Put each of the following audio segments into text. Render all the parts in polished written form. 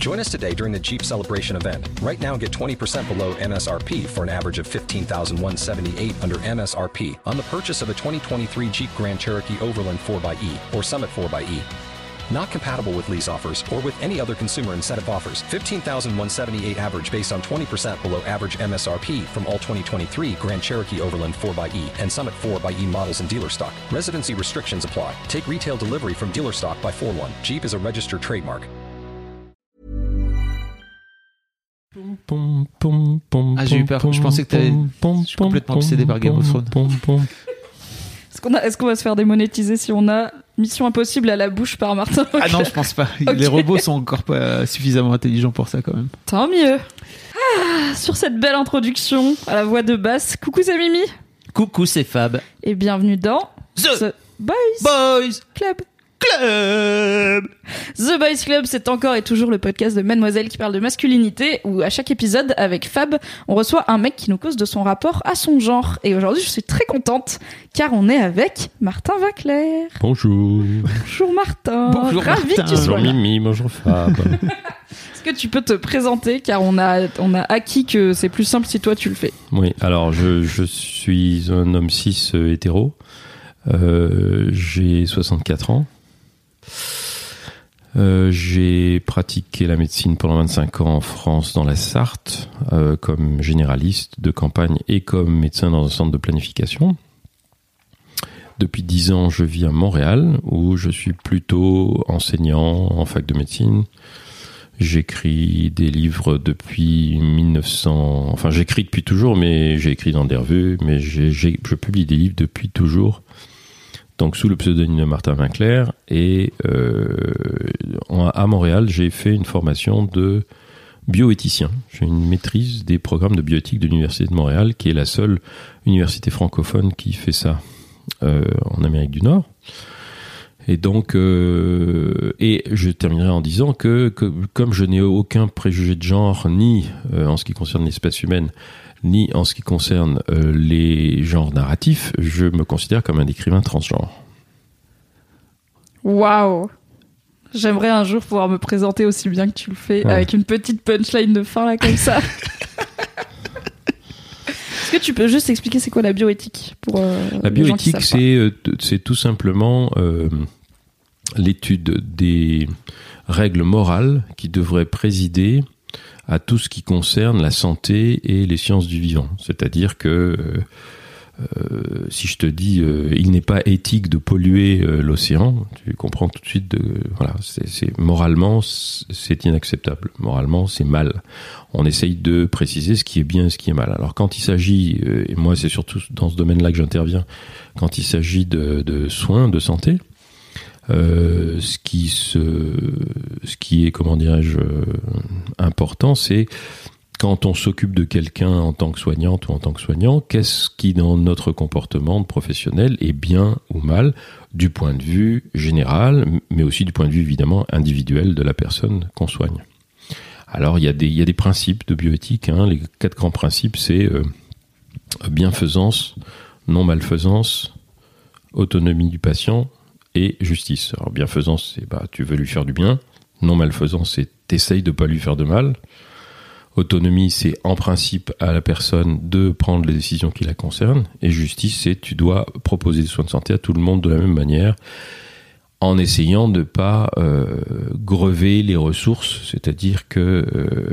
Join us today during the Jeep Celebration event. Right now, get 20% below MSRP for an average of $15,178 under MSRP on the purchase of a 2023 Jeep Grand Cherokee Overland 4xE or Summit 4xE. Not compatible with lease offers or with any other consumer incentive offers. $15,178 average based on 20% below average MSRP from all 2023 Grand Cherokee Overland 4xE and Summit 4xE models in dealer stock. Residency restrictions apply. Take retail delivery from dealer stock by 4/1. Jeep is a registered trademark. Ah, j'ai eu peur. Je pensais que je suis complètement obsédé par Game of Thrones. Est-ce qu'on va se faire démonétiser si on a Mission Impossible à la bouche par Martin Vauclair? Ah non, je pense pas. Okay. Les robots sont encore pas suffisamment intelligents pour ça quand même. Tant mieux. Sur cette belle introduction à la voix de basse, coucou c'est Mimi. Coucou, c'est Fab. Et bienvenue dans The Boys Club. The Boys Club, c'est encore et toujours le podcast de Mademoiselle qui parle de masculinité, où à chaque épisode, avec Fab, on reçoit un mec qui nous cause de son rapport à son genre. Et aujourd'hui, je suis très contente, car on est avec Martin Vauclair. Bonjour. Bonjour Martin. Bonjour Ravi Martin. que tu sois Bonjour là. Mimi, bonjour Fab. Est-ce que tu peux te présenter, car on a acquis que c'est plus simple si toi tu le fais. Oui, alors je suis un homme cis hétéro. J'ai 64 ans. J'ai pratiqué la médecine pendant 25 ans en France, dans la Sarthe, comme généraliste de campagne et comme médecin dans un centre de planification. Depuis 10 ans, je vis à Montréal, où je suis plutôt enseignant en fac de médecine. J'écris des livres depuis 1900... Enfin, j'écris depuis toujours, mais j'ai écrit dans des revues, mais je publie des livres depuis toujours. Donc sous le pseudonyme de Martin Vauclair, et à Montréal, j'ai fait une formation de bioéthicien. J'ai une maîtrise des programmes de bioéthique de l'Université de Montréal, qui est la seule université francophone qui fait ça en Amérique du Nord. Et donc, et je terminerai en disant que comme je n'ai aucun préjugé de genre, ni en ce qui concerne l'espèce humaine, ni en ce qui concerne les genres narratifs, je me considère comme un écrivain transgenre. Waouh! J'aimerais un jour pouvoir me présenter aussi bien que tu le fais, avec une petite punchline de fin là comme ça. Est-ce que tu peux juste expliquer c'est quoi la bioéthique pour la bioéthique, les gens qui c'est tout simplement l'étude des règles morales qui devraient présider à tout ce qui concerne la santé et les sciences du vivant. C'est-à-dire que si je te dis il n'est pas éthique de polluer l'océan, tu comprends tout de suite voilà, moralement c'est inacceptable. Moralement, c'est mal. On essaye de préciser ce qui est bien et ce qui est mal. Alors quand il s'agit, et moi c'est surtout dans ce domaine-là que j'interviens, quand il s'agit de soins, de santé, ce qui est, comment dirais-je, important, c'est quand on s'occupe de quelqu'un en tant que soignante ou en tant que soignant, qu'est-ce qui dans notre comportement de professionnel est bien ou mal du point de vue général, mais aussi du point de vue évidemment individuel de la personne qu'on soigne. Alors il y a des principes de bioéthique, hein. Les 4 grands principes, c'est bienfaisance, non-malfaisance, autonomie du patient et justice. Alors bienfaisance, c'est tu veux lui faire du bien. Non-malfaisance, c'est t'essayes de pas lui faire de mal. Autonomie, c'est en principe à la personne de prendre les décisions qui la concernent. Et justice, c'est tu dois proposer des soins de santé à tout le monde de la même manière, en essayant de pas grever les ressources, c'est-à-dire que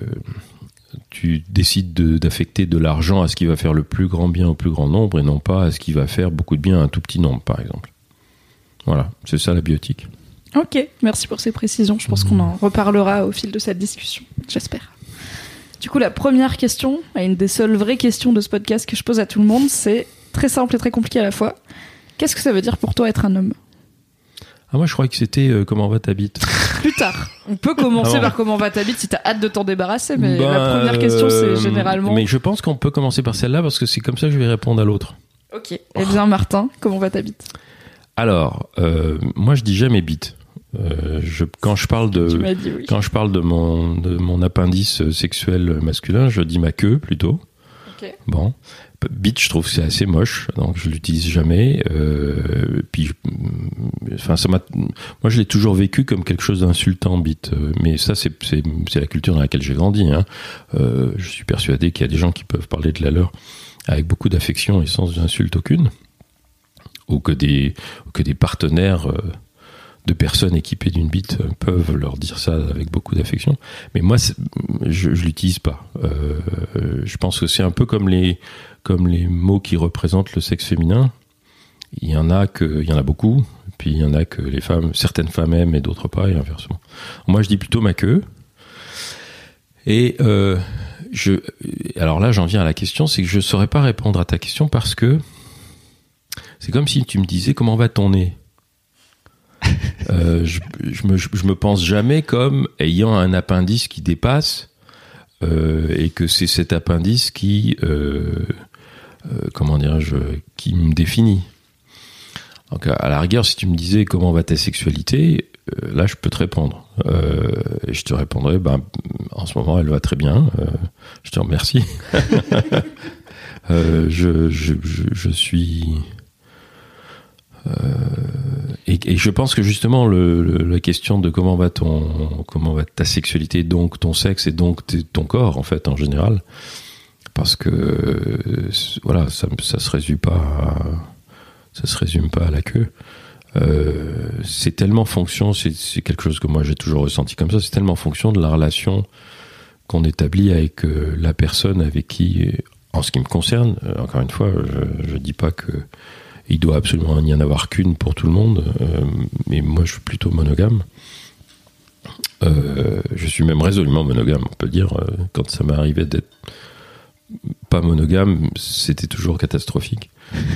tu décides d'affecter de l'argent à ce qui va faire le plus grand bien au plus grand nombre et non pas à ce qui va faire beaucoup de bien à un tout petit nombre, par exemple. Voilà, c'est ça la bioéthique. Ok, merci pour ces précisions. Je pense qu'on en reparlera au fil de cette discussion, j'espère. Du coup, la première question, et une des seules vraies questions de ce podcast que je pose à tout le monde, c'est très simple et très compliqué à la fois. Qu'est-ce que ça veut dire pour toi être un homme ? Ah, moi je croyais que c'était comment va ta bite. Plus tard. On peut commencer par comment va ta bite si t'as hâte de t'en débarrasser, mais la première question c'est généralement... Mais je pense qu'on peut commencer par celle-là parce que c'est comme ça que je vais répondre à l'autre. Ok. Eh bien Martin, comment va ta bite ? Alors, moi je dis jamais bite. Quand je parle de mon appendice sexuel masculin, je dis ma queue plutôt. Ok. Bon, bite, je trouve que c'est assez moche, donc je l'utilise jamais. Puis, enfin, moi, je l'ai toujours vécu comme quelque chose d'insultant, bite. Mais ça, c'est la culture dans laquelle j'ai grandi. Hein. Je suis persuadé qu'il y a des gens qui peuvent parler de la leur avec beaucoup d'affection et sans insulte aucune, ou que des partenaires de personnes équipées d'une bite peuvent leur dire ça avec beaucoup d'affection. Mais moi, je l'utilise pas. Je pense que c'est un peu comme les mots qui représentent le sexe féminin. Il y en a beaucoup, puis il y en a que certaines femmes aiment et d'autres pas, et inversement. Moi, je dis plutôt ma queue. Et alors là, j'en viens à la question, c'est que je saurais pas répondre à ta question parce que c'est comme si tu me disais comment va ton nez. Je me pense jamais comme ayant un appendice qui dépasse et que c'est cet appendice qui qui me définit. Donc à la rigueur, si tu me disais comment va ta sexualité, là je peux te répondre et je te répondrais en ce moment elle va très bien, je te remercie. Je suis et je pense que justement la question de comment va ta sexualité, donc ton sexe et donc ton corps en fait en général, parce que voilà, ça se résume pas à la queue. C'est tellement fonction, c'est quelque chose que moi j'ai toujours ressenti comme ça, c'est tellement fonction de la relation qu'on établit avec la personne avec qui, en ce qui me concerne, encore une fois, je dis pas que il doit absolument n'y en avoir qu'une pour tout le monde, mais moi je suis plutôt monogame. Je suis même résolument monogame, on peut dire. Quand ça m'est arrivé d'être pas monogame, c'était toujours catastrophique.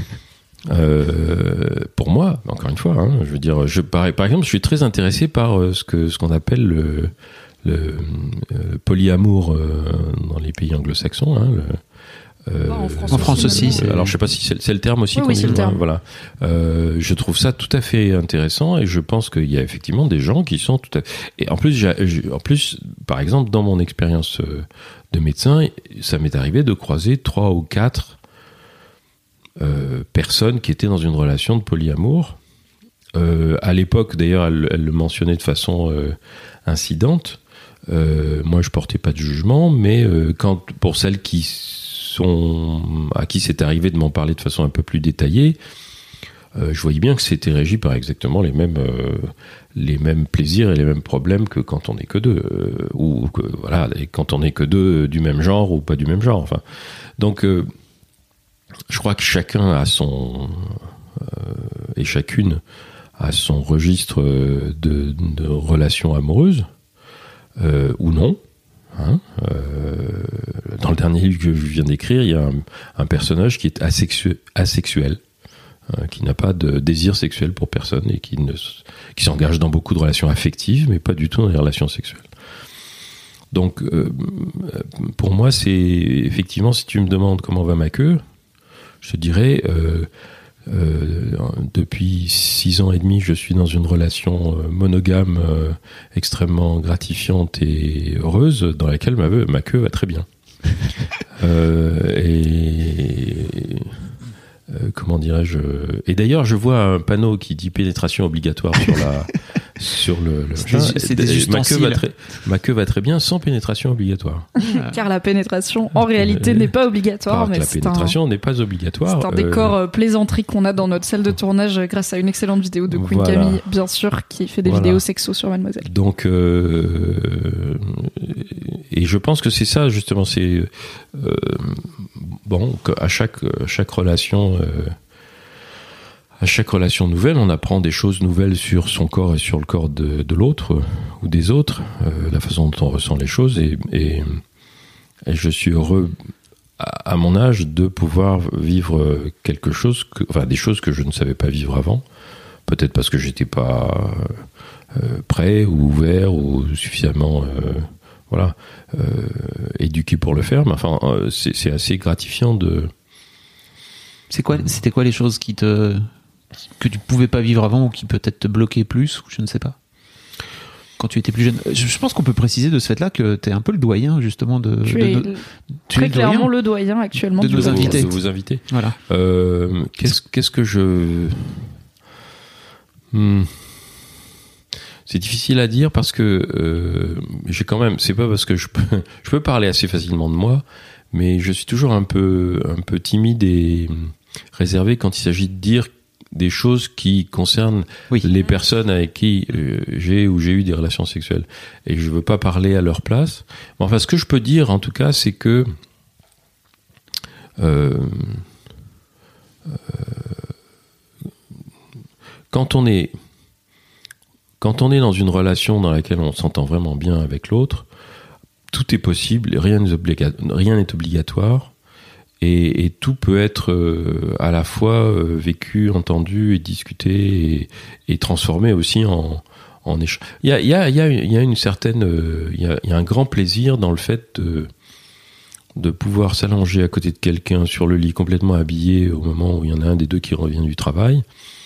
Pour moi, encore une fois, je veux dire, par exemple, je suis très intéressé par ce qu'on appelle le polyamour dans les pays anglo-saxons. En France aussi. Alors je sais pas si c'est le terme aussi. Oui, c'est le terme. Voilà. Je trouve ça tout à fait intéressant et je pense qu'il y a effectivement des gens qui sont tout à fait. Et en plus, par exemple, dans mon expérience de médecin, ça m'est arrivé de croiser 3 ou 4 personnes qui étaient dans une relation de polyamour. À l'époque, d'ailleurs, elle le mentionnait de façon incidente. Moi, je portais pas de jugement, mais pour celles à qui c'est arrivé de m'en parler de façon un peu plus détaillée, je voyais bien que c'était régi par exactement les mêmes plaisirs et les mêmes problèmes que quand on n'est que deux, ou que voilà, quand on n'est que deux du même genre ou pas du même genre. Enfin, donc je crois que chacun a et chacune a son registre de relations amoureuses ou non. Dans le dernier livre que je viens d'écrire, il y a un personnage qui est asexuel, qui n'a pas de désir sexuel pour personne et qui s'engage dans beaucoup de relations affectives, mais pas du tout dans les relations sexuelles. Donc, pour moi, c'est effectivement, si tu me demandes comment va ma queue, je te dirais, depuis 6 ans et demi, je suis dans une relation monogame extrêmement gratifiante et heureuse, dans laquelle ma queue va très bien. Comment dirais-je, et d'ailleurs je vois un panneau qui dit pénétration obligatoire sur le c'est des ustensiles. Ma queue va très bien sans pénétration obligatoire. Car la pénétration en réalité n'est pas obligatoire, mais la pénétration n'est pas obligatoire. C'est un décor plaisanterie qu'on a dans notre salle de tournage grâce à une excellente vidéo de Queen Camille, bien sûr, qui fait des vidéos sexo sur Mademoiselle. Donc et je pense que c'est ça justement, c'est à chaque relation à chaque relation nouvelle, on apprend des choses nouvelles sur son corps et sur le corps de l'autre ou des autres, la façon dont on ressent les choses, et je suis heureux à mon âge de pouvoir vivre des choses que je ne savais pas vivre avant, peut-être parce que j'étais pas prêt ou ouvert ou suffisamment éduqué pour le faire, mais enfin c'est assez gratifiant de. C'était quoi les choses que tu pouvais pas vivre avant ou qui peut-être te bloquaient plus, ou je ne sais pas. quand tu étais plus jeune. Je pense qu'on peut préciser de ce fait-là que tu es un peu le doyen justement tu es très clairement le doyen actuellement de nos invités. De vos invités. Voilà. Qu'est-ce que je... C'est difficile à dire parce que j'ai quand même... C'est pas parce que je peux parler assez facilement de moi, mais je suis toujours un peu timide et réservé quand il s'agit de dire des choses qui concernent les personnes avec qui j'ai eu des relations sexuelles. Et je veux pas parler à leur place. Mais enfin, ce que je peux dire, en tout cas, c'est que quand on est dans une relation dans laquelle on s'entend vraiment bien avec l'autre, tout est possible, rien n'est obligatoire. Et tout peut être à la fois vécu, entendu et discuté et transformé aussi en échange. Il y a une certaine, il y a un grand plaisir dans le fait de pouvoir s'allonger à côté de quelqu'un sur le lit complètement habillé au moment où il y en a un des deux qui revient du travail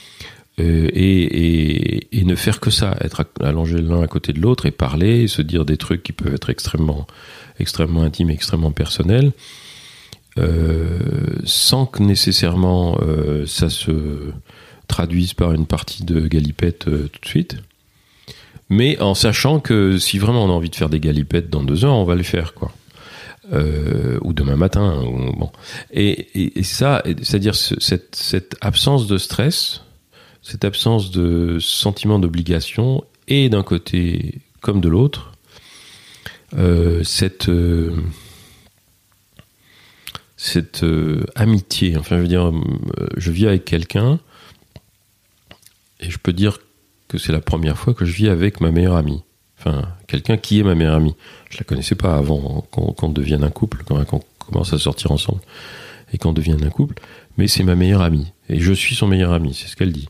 et ne faire que ça, être allongé l'un à côté de l'autre et parler, et se dire des trucs qui peuvent être extrêmement intimes et extrêmement personnels. Sans que nécessairement ça se traduise par une partie de galipette tout de suite, mais en sachant que si vraiment on a envie de faire des galipettes dans 2 heures, on va le faire, quoi. Ou demain matin, bon. Et ça, c'est-à-dire cette absence de stress, cette absence de sentiment d'obligation, et d'un côté comme de l'autre, cette amitié, enfin je veux dire, je vis avec quelqu'un et je peux dire que c'est la première fois que je vis avec ma meilleure amie, enfin quelqu'un qui est ma meilleure amie. Je la connaissais pas avant qu'on devienne un couple, quand on commence à sortir ensemble et qu'on devienne un couple, mais c'est ma meilleure amie et je suis son meilleur ami, c'est ce qu'elle dit.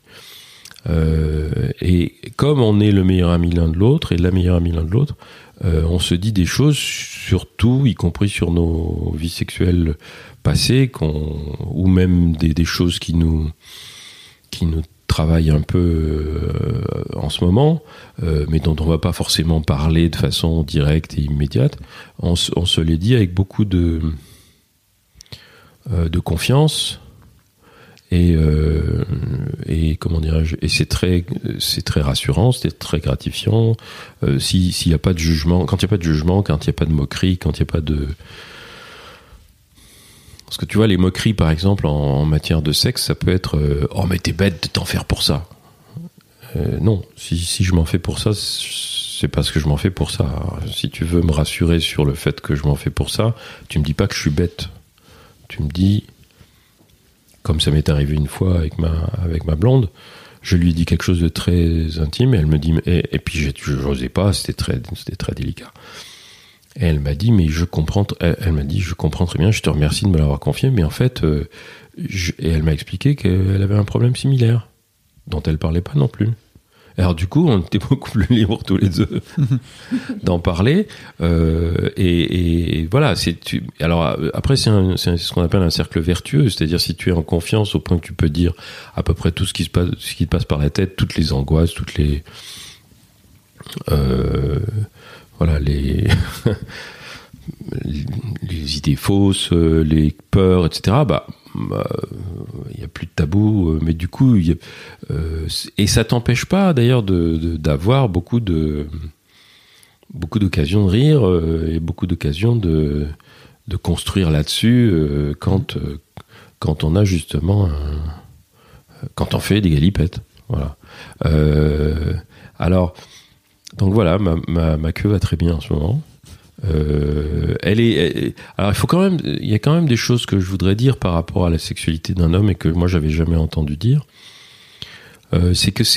Et comme on est le meilleur ami l'un de l'autre et la meilleure amie l'un de l'autre, on se dit des choses sur tout, y compris sur nos vies sexuelles passées, ou même des choses qui nous travaillent un peu en ce moment, mais dont on va pas forcément parler de façon directe et immédiate. On se les dit avec beaucoup de confiance. Et comment dirais-je, et c'est très rassurant, c'est très gratifiant. S'il y a pas de jugement, quand il y a pas de jugement, quand il y a pas de moquerie, quand il y a pas de... Parce que tu vois, les moqueries, par exemple, en matière de sexe, ça peut être oh mais t'es bête de t'en faire pour ça. Non, si je m'en fais pour ça, c'est parce que je m'en fais pour ça. Alors, si tu veux me rassurer sur le fait que je m'en fais pour ça, tu me dis pas que je suis bête. Tu me dis, comme ça m'est arrivé une fois avec ma blonde, je lui ai dit quelque chose de très intime et elle me dit, et puis je n'osais pas, c'était très délicat. Et elle m'a dit, mais elle m'a dit, je comprends très bien, je te remercie de me l'avoir confié, mais en fait, et elle m'a expliqué qu'elle avait un problème similaire, dont elle parlait pas non plus. Alors du coup, on était beaucoup plus libres tous les deux d'en parler. Et voilà. Alors après, c'est ce qu'on appelle un cercle vertueux, c'est-à-dire si tu es en confiance au point que tu peux dire à peu près tout ce qui te passe par la tête, toutes les angoisses, toutes les voilà les idées fausses, les peurs, etc. Il n'y a plus de tabou, mais du coup, et ça t'empêche pas d'ailleurs d'avoir beaucoup d'occasions de rire et beaucoup d'occasions de construire là-dessus quand on a justement quand on fait des galipettes, voilà. Alors donc voilà, ma queue va très bien en ce moment. Alors il y a quand même des choses que je voudrais dire par rapport à la sexualité d'un homme et que moi j'avais jamais entendu dire. C'est que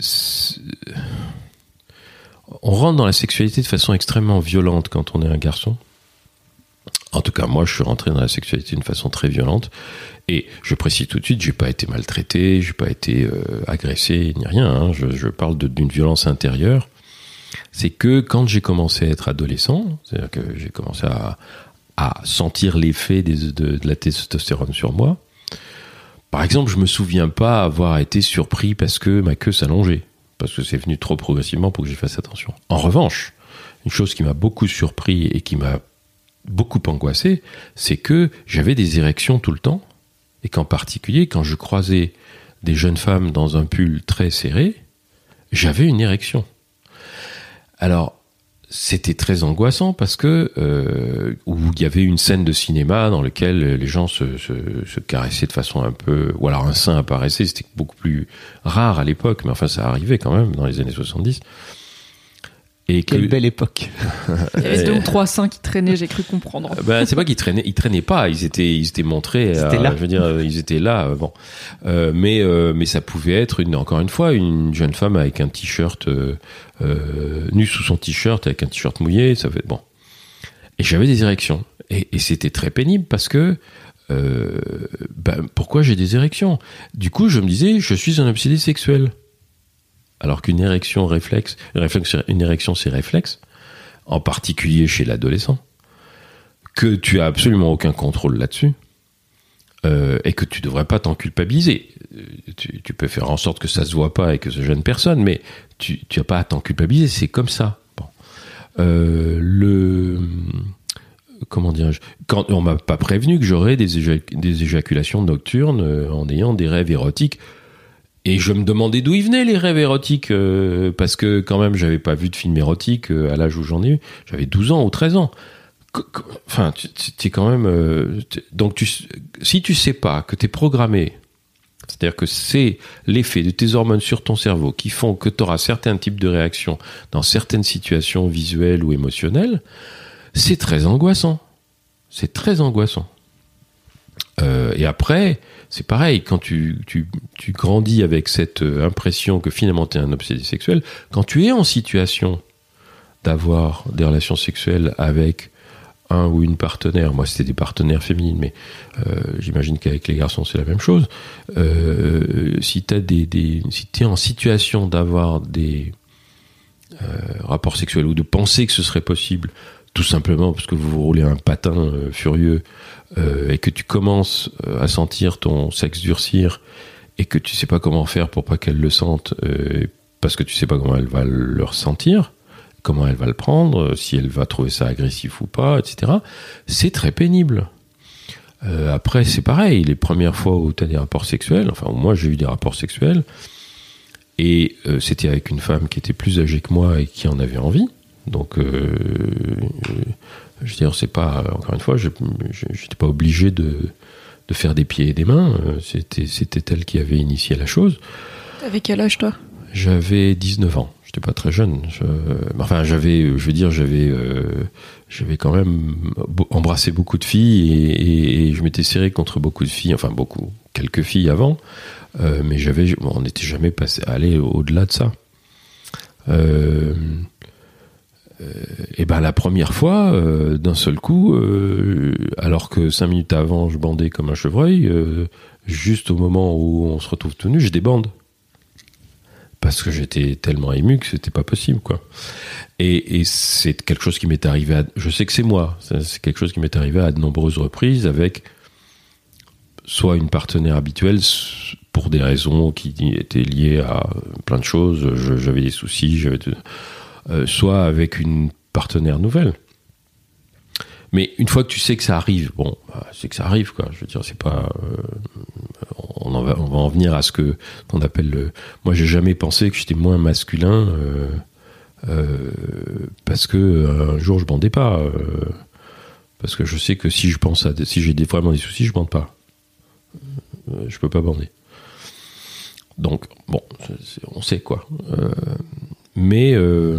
on rentre dans la sexualité de façon extrêmement violente quand on est un garçon. En tout cas, moi, je suis rentré dans la sexualité d'une façon très violente. Et je précise tout de suite, j'ai pas été maltraité, j'ai pas été agressé, ni rien. Hein. Je parle d'une violence intérieure. C'est que quand j'ai commencé à être adolescent, c'est-à-dire que j'ai commencé à sentir l'effet de la testostérone sur moi. Par exemple, je me souviens pas avoir été surpris parce que ma queue s'allongeait. parce que c'est venu trop progressivement pour que j'y fasse attention. En revanche, une chose qui m'a beaucoup surpris et qui m'a beaucoup angoissé, c'est que j'avais des érections tout le temps, et qu'en particulier, quand je croisais des jeunes femmes dans un pull très serré, j'avais une érection. Alors, c'était très angoissant parce que où il y avait une scène de cinéma dans laquelle les gens se caressaient de façon un peu, ou alors un sein apparaissait, c'était beaucoup plus rare à l'époque, mais enfin ça arrivait quand même dans les années 70. Et quelle belle époque. Il y avait 2 ou 3 seins qui traînaient, j'ai cru comprendre. C'est pas qu'ils traînaient pas, ils étaient montrés. C'était là. Je veux dire, ils étaient là. Bon, mais ça pouvait être encore une fois une jeune femme avec un t-shirt nue sous son t-shirt avec un t-shirt mouillé. Ça fait bon. Et j'avais des érections et c'était très pénible parce que pourquoi j'ai des érections ? Du coup, je me disais, je suis un obsédé sexuel. Alors qu'une érection, une érection, c'est réflexe, en particulier chez l'adolescent, que tu as absolument aucun contrôle là-dessus, et que tu devrais pas t'en culpabiliser. Tu peux faire en sorte que ça se voit pas et que ça gêne personne, mais tu as pas à t'en culpabiliser, c'est comme ça. Bon. Comment dirais-je ? Quand on m'a pas prévenu que j'aurais des éjaculations nocturnes en ayant des rêves érotiques. Et je me demandais d'où ils venaient les rêves érotiques, parce que quand même j'avais pas vu de film érotique à l'âge où j'en ai eu. J'avais 12 ans ou 13 ans. Enfin, tu es quand même... donc si tu sais pas que tu es programmé, c'est-à-dire que c'est l'effet de tes hormones sur ton cerveau qui font que tu auras certains types de réactions dans certaines situations visuelles ou émotionnelles, c'est très angoissant. C'est très angoissant. Et après... C'est pareil, quand tu grandis avec cette impression que finalement tu es un obsédé sexuel, quand tu es en situation d'avoir des relations sexuelles avec un ou une partenaire, moi c'était des partenaires féminines, mais j'imagine qu'avec les garçons c'est la même chose, si tu es en situation d'avoir des rapports sexuels ou de penser que ce serait possible, tout simplement parce que vous roulez un patin furieux et que tu commences à sentir ton sexe durcir et que tu sais pas comment faire pour pas qu'elle le sente parce que tu sais pas comment elle va le ressentir, comment elle va le prendre, si elle va trouver ça agressif ou pas, etc. C'est très pénible. Après, c'est pareil, les premières fois où tu as des rapports sexuels, enfin moi j'ai eu des rapports sexuels et c'était avec une femme qui était plus âgée que moi et qui en avait envie. Donc, je veux dire, c'est pas, encore une fois, j'étais pas obligé de faire des pieds et des mains. C'était elle qui avait initié la chose. T'avais quel âge, toi ? J'avais 19 ans. J'étais pas très jeune. J'avais quand même embrassé beaucoup de filles et je m'étais serré contre beaucoup de filles, quelques filles avant, mais on n'était jamais allé au-delà de ça. Et la première fois, d'un seul coup, alors que 5 minutes avant je bandais comme un chevreuil, juste au moment où on se retrouve tout nu, je débande. Parce que j'étais tellement ému que c'était pas possible, quoi. Et c'est quelque chose qui m'est arrivé je sais que c'est moi, c'est quelque chose qui m'est arrivé à de nombreuses reprises avec soit une partenaire habituelle pour des raisons qui étaient liées à plein de choses, j'avais des soucis, soit avec une partenaire nouvelle. Mais une fois que tu sais que ça arrive, c'est que ça arrive, quoi. Je veux dire, c'est pas... on va en venir à qu'on appelle moi, j'ai jamais pensé que j'étais moins masculin parce que un jour je bandais pas. Parce que je sais que si j'ai vraiment des soucis, je bande pas. Je peux pas bander. Donc, on sait, quoi. Mais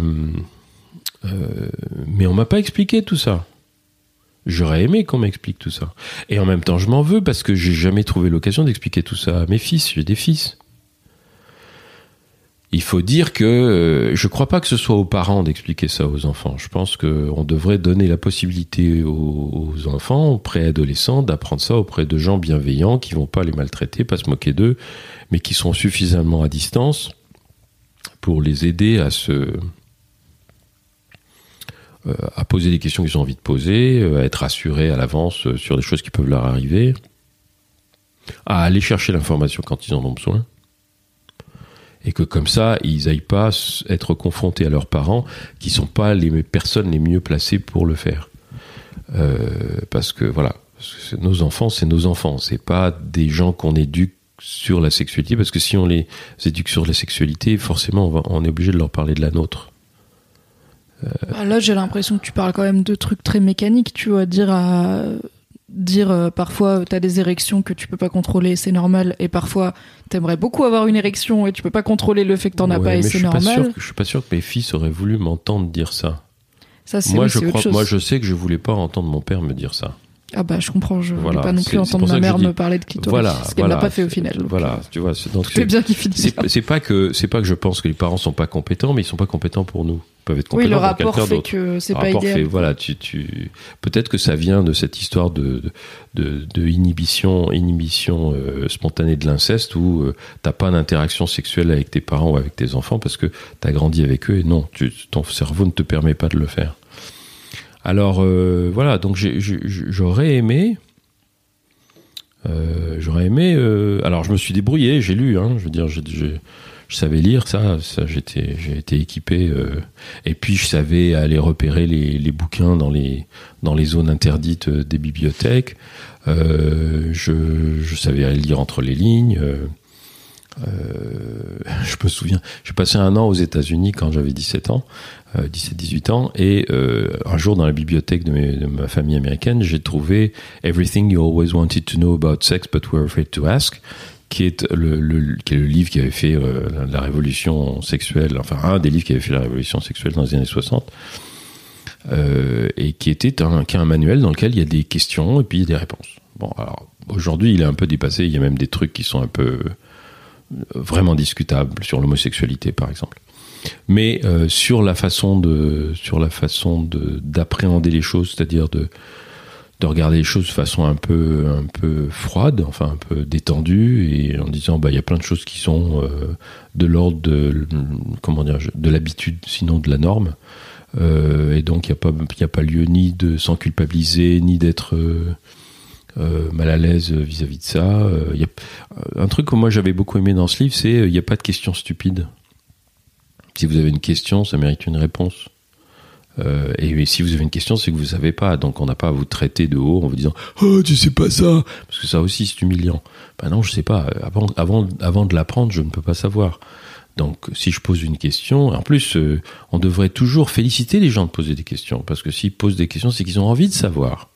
on m'a pas expliqué tout ça. J'aurais aimé qu'on m'explique tout ça. Et en même temps, je m'en veux parce que j'ai jamais trouvé l'occasion d'expliquer tout ça à mes fils. J'ai des fils. Il faut dire que je crois pas que ce soit aux parents d'expliquer ça aux enfants. Je pense qu'on devrait donner la possibilité aux enfants, aux préadolescents, d'apprendre ça auprès de gens bienveillants qui vont pas les maltraiter, pas se moquer d'eux, mais qui sont suffisamment à distance pour les aider à poser des questions qu'ils ont envie de poser, à être rassurés à l'avance sur des choses qui peuvent leur arriver, à aller chercher l'information quand ils en ont besoin, Et que comme ça, ils aillent pas être confrontés à leurs parents, qui sont pas les personnes les mieux placées pour le faire. Parce que voilà, nos enfants, c'est pas des gens qu'on éduque sur la sexualité, parce que si on les éduque sur la sexualité, forcément, on est obligé de leur parler de la nôtre. Là, j'ai l'impression que tu parles quand même de trucs très mécaniques, tu vois, dire parfois t'as des érections que tu peux pas contrôler, c'est normal, et parfois t'aimerais beaucoup avoir une érection et tu peux pas contrôler le fait que t'en as pas et c'est normal. Je suis pas sûr que mes fils auraient voulu m'entendre dire ça. Ça, c'est moi, autre chose. Moi, je sais que je voulais pas entendre mon père me dire ça. Ah bah je comprends, je voulais pas non plus entendre ma mère me parler de clitoris, ce qu'elle n'a pas fait au final. Donc, voilà, tu vois, donc c'est bien qu'il finisse. C'est pas que je pense que les parents sont pas compétents, mais ils sont pas compétents pour nous. Ils peuvent être compétents pour quelqu'un d'autre. Oui, le rapport fait que c'est pas idéal. Voilà, peut-être que ça vient de cette histoire de inhibition spontanée de l'inceste où t'as pas d'interaction sexuelle avec tes parents ou avec tes enfants parce que t'as grandi avec eux et non, ton cerveau ne te permet pas de le faire. Alors voilà, donc j'aurais aimé. Alors je me suis débrouillé, j'ai lu. Je veux dire, je savais lire ça. J'ai été équipé. Et puis je savais aller repérer les bouquins dans les zones interdites des bibliothèques. Je savais aller lire entre les lignes. Je me souviens, j'ai passé un an aux États-Unis quand j'avais 17-18 ans, et un jour dans la bibliothèque de ma famille américaine, j'ai trouvé Everything You Always Wanted to Know About Sex But Were Afraid to Ask, qui est le livre qui avait fait la révolution sexuelle, enfin un des livres qui avait fait la révolution sexuelle dans les années 60, et qui est un manuel dans lequel il y a des questions et puis il y a des réponses. Bon, alors aujourd'hui il est un peu dépassé, il y a même des trucs qui sont un peu vraiment discutable sur l'homosexualité par exemple, mais sur la façon d'appréhender les choses, c'est-à-dire de regarder les choses de façon un peu froide, enfin un peu détendue, et en disant il y a plein de choses qui sont de l'ordre de l'habitude, sinon de la norme, et donc il y a pas lieu ni de s'en culpabiliser ni d'être mal à l'aise vis-à-vis de ça. Y a un truc que moi j'avais beaucoup aimé dans ce livre, c'est il n'y a pas de questions stupides. Si vous avez une question, ça mérite une réponse. Et si vous avez une question, c'est que vous ne savez pas. Donc on n'a pas à vous traiter de haut en vous disant « Oh, tu sais pas ça !» Parce que ça aussi, c'est humiliant. Ben non, je sais pas. Avant de l'apprendre, je ne peux pas savoir. Donc si je pose une question, en plus, on devrait toujours féliciter les gens de poser des questions. Parce que s'ils posent des questions, c'est qu'ils ont envie de savoir.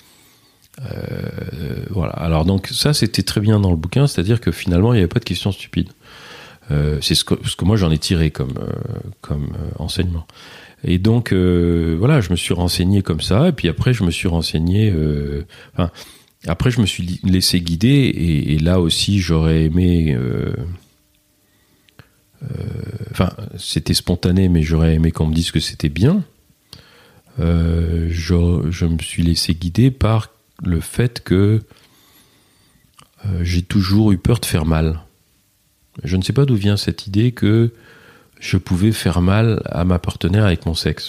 Voilà. Alors donc ça c'était très bien dans le bouquin, c'est-à-dire que finalement il n'y avait pas de questions stupides. C'est ce que moi j'en ai tiré comme enseignement. Et donc voilà, je me suis renseigné comme ça, et puis après je me suis renseigné. Après je me suis laissé guider, et là aussi j'aurais aimé. C'était spontané, mais j'aurais aimé qu'on me dise que c'était bien. Je me suis laissé guider par le fait que j'ai toujours eu peur de faire mal. Je ne sais pas d'où vient cette idée que je pouvais faire mal à ma partenaire avec mon sexe.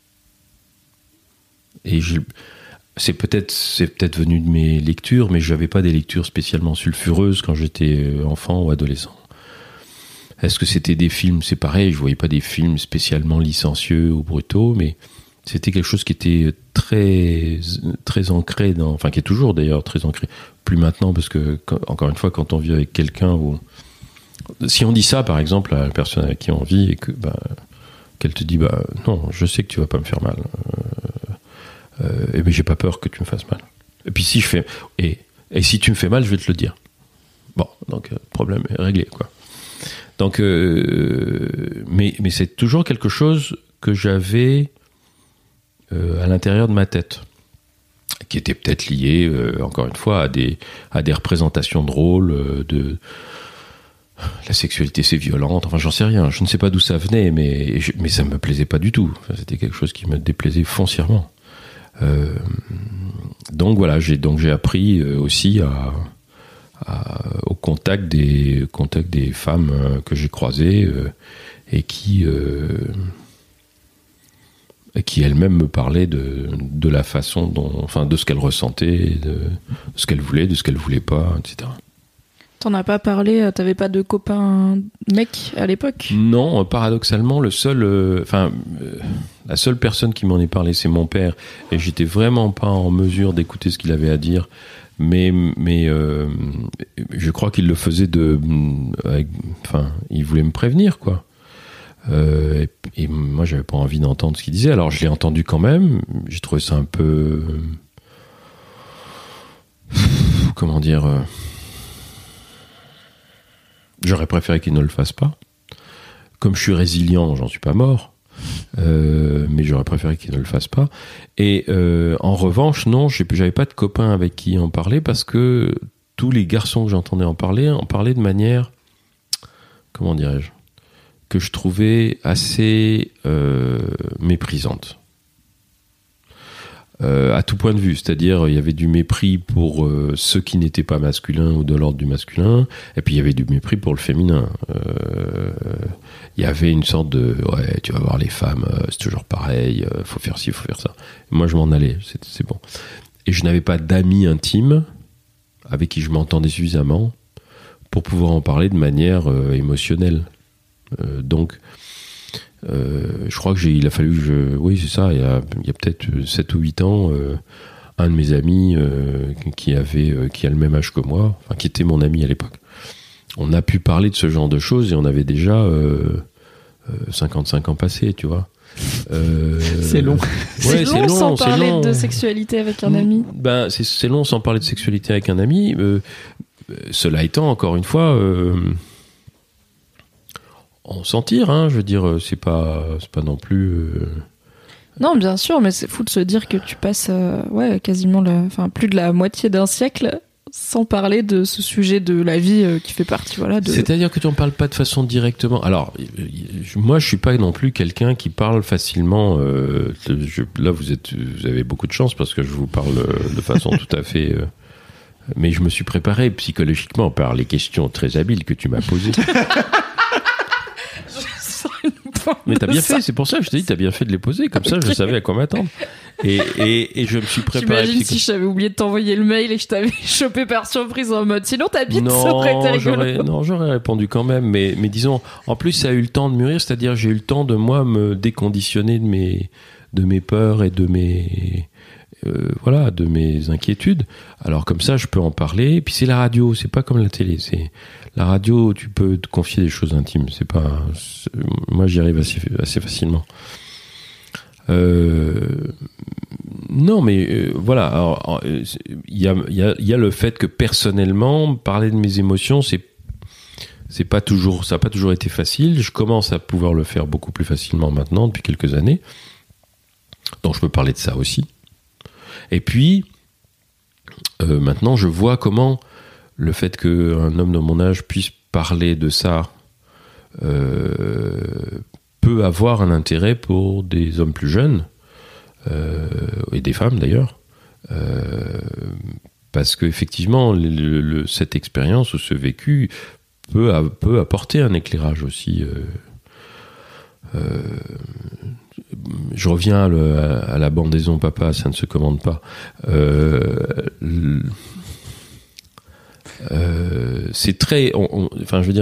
Et c'est peut-être venu de mes lectures, mais je n'avais pas des lectures spécialement sulfureuses quand j'étais enfant ou adolescent. Est-ce que c'était des films ? C'est pareil, je ne voyais pas des films spécialement licencieux ou brutaux, mais c'était quelque chose qui était très, très ancré qui est toujours d'ailleurs très ancré. Plus maintenant, parce que, encore une fois, quand on vit avec quelqu'un si on dit ça, par exemple, à la personne avec qui on vit, et que, qu'elle te dit, non, je sais que tu vas pas me faire mal. Mais j'ai pas peur que tu me fasses mal. Et puis si si tu me fais mal, je vais te le dire. Bon, donc, le problème est réglé, quoi. Donc, mais c'est toujours quelque chose que j'avais à l'intérieur de ma tête, qui était peut-être lié, encore une fois, à des représentations de rôle, de la sexualité c'est violente, enfin j'en sais rien, je ne sais pas d'où ça venait, mais ça me plaisait pas du tout. Enfin, c'était quelque chose qui me déplaisait foncièrement. Donc voilà, j'ai appris aussi au contact des femmes que j'ai croisées et qui elles-mêmes me parlaient de la façon de ce qu'elles ressentaient, de ce qu'elles voulaient, de ce qu'elles voulaient pas, etc. T'en as pas parlé, t'avais pas de copain mec à l'époque? Non, paradoxalement, la seule personne qui m'en ait parlé, c'est mon père, et j'étais vraiment pas en mesure d'écouter ce qu'il avait à dire, mais je crois qu'il le faisait il voulait me prévenir, quoi. Et moi, j'avais pas envie d'entendre ce qu'il disait, alors je l'ai entendu quand même, j'ai trouvé ça un peu... comment dire... J'aurais préféré qu'il ne le fasse pas. Comme je suis résilient, j'en suis pas mort. Mais j'aurais préféré qu'il ne le fasse pas. Et en revanche, non, j'avais pas de copain avec qui en parler parce que tous les garçons que j'entendais en parlaient de manière, comment dirais-je, que je trouvais assez méprisante. À tout point de vue, c'est-à-dire il y avait du mépris pour ceux qui n'étaient pas masculins ou de l'ordre du masculin, et puis il y avait du mépris pour le féminin. Il y avait une sorte de ouais, tu vas voir les femmes, c'est toujours pareil, faut faire ci, faut faire ça. Et moi je m'en allais, c'est bon. Et je n'avais pas d'amis intimes avec qui je m'entendais suffisamment pour pouvoir en parler de manière émotionnelle. Donc je crois qu'il a fallu que oui, c'est ça, il y a peut-être 7 ou 8 ans, un de mes amis qui a le même âge que moi, enfin, qui était mon ami à l'époque, on a pu parler de ce genre de choses et on avait déjà 55 ans passés, tu vois. C'est long. Ouais, c'est long sans parler de sexualité avec un ami. Ben, c'est long sans parler de sexualité avec un ami. Cela étant, encore une fois... en sentir, hein, je veux dire, c'est pas non plus... Non, bien sûr, mais c'est fou de se dire que tu passes quasiment plus de la moitié d'un siècle sans parler de ce sujet de la vie qui fait partie, voilà. C'est-à-dire que tu en parles pas de façon directement. Alors, moi, je suis pas non plus quelqu'un qui parle facilement. Là, vous avez beaucoup de chance parce que je vous parle de façon tout à fait... mais je me suis préparé psychologiquement par les questions très habiles que tu m'as posées. Mais t'as bien fait, c'est pour ça que je t'ai dit, t'as bien fait de les poser, comme ça je savais à quoi m'attendre. Et je me suis préparé. J'imagine si j'avais oublié de t'envoyer le mail et que je t'avais chopé par surprise en mode sinon t'habites, ça aurait été rigolo. J'aurais répondu quand même, mais disons, en plus ça a eu le temps de mûrir, c'est-à-dire j'ai eu le temps de moi me déconditionner de mes peurs et de mes inquiétudes. Alors comme ça je peux en parler, et puis c'est la radio, c'est pas comme la télé, c'est la radio, tu peux te confier des choses intimes, moi j'y arrive assez facilement. Non mais voilà, alors il y a le fait que personnellement parler de mes émotions, ça a pas toujours été facile. Je commence à pouvoir le faire beaucoup plus facilement maintenant depuis quelques années, donc je peux parler de ça aussi. Et puis, maintenant, je vois comment le fait qu'un homme de mon âge puisse parler de ça peut avoir un intérêt pour des hommes plus jeunes, et des femmes d'ailleurs, parce qu'effectivement, cette expérience ou ce vécu peut apporter un éclairage aussi. Je reviens à la bandaison papa, ça ne se commande pas. C'est très, enfin, je veux dire,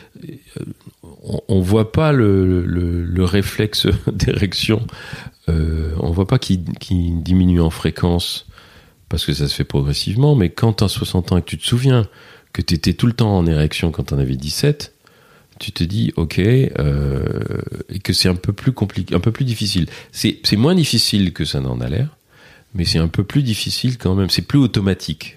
on voit pas le réflexe d'érection, on voit pas qu'il diminue en fréquence parce que ça se fait progressivement. Mais quand t'as 60 ans et que tu te souviens que t'étais tout le temps en érection quand t'en avais 17. Tu te dis ok, et que c'est un peu plus compliqué, un peu plus difficile. C'est moins difficile que ça n'en a l'air, mais c'est un peu plus difficile quand même. C'est plus automatique.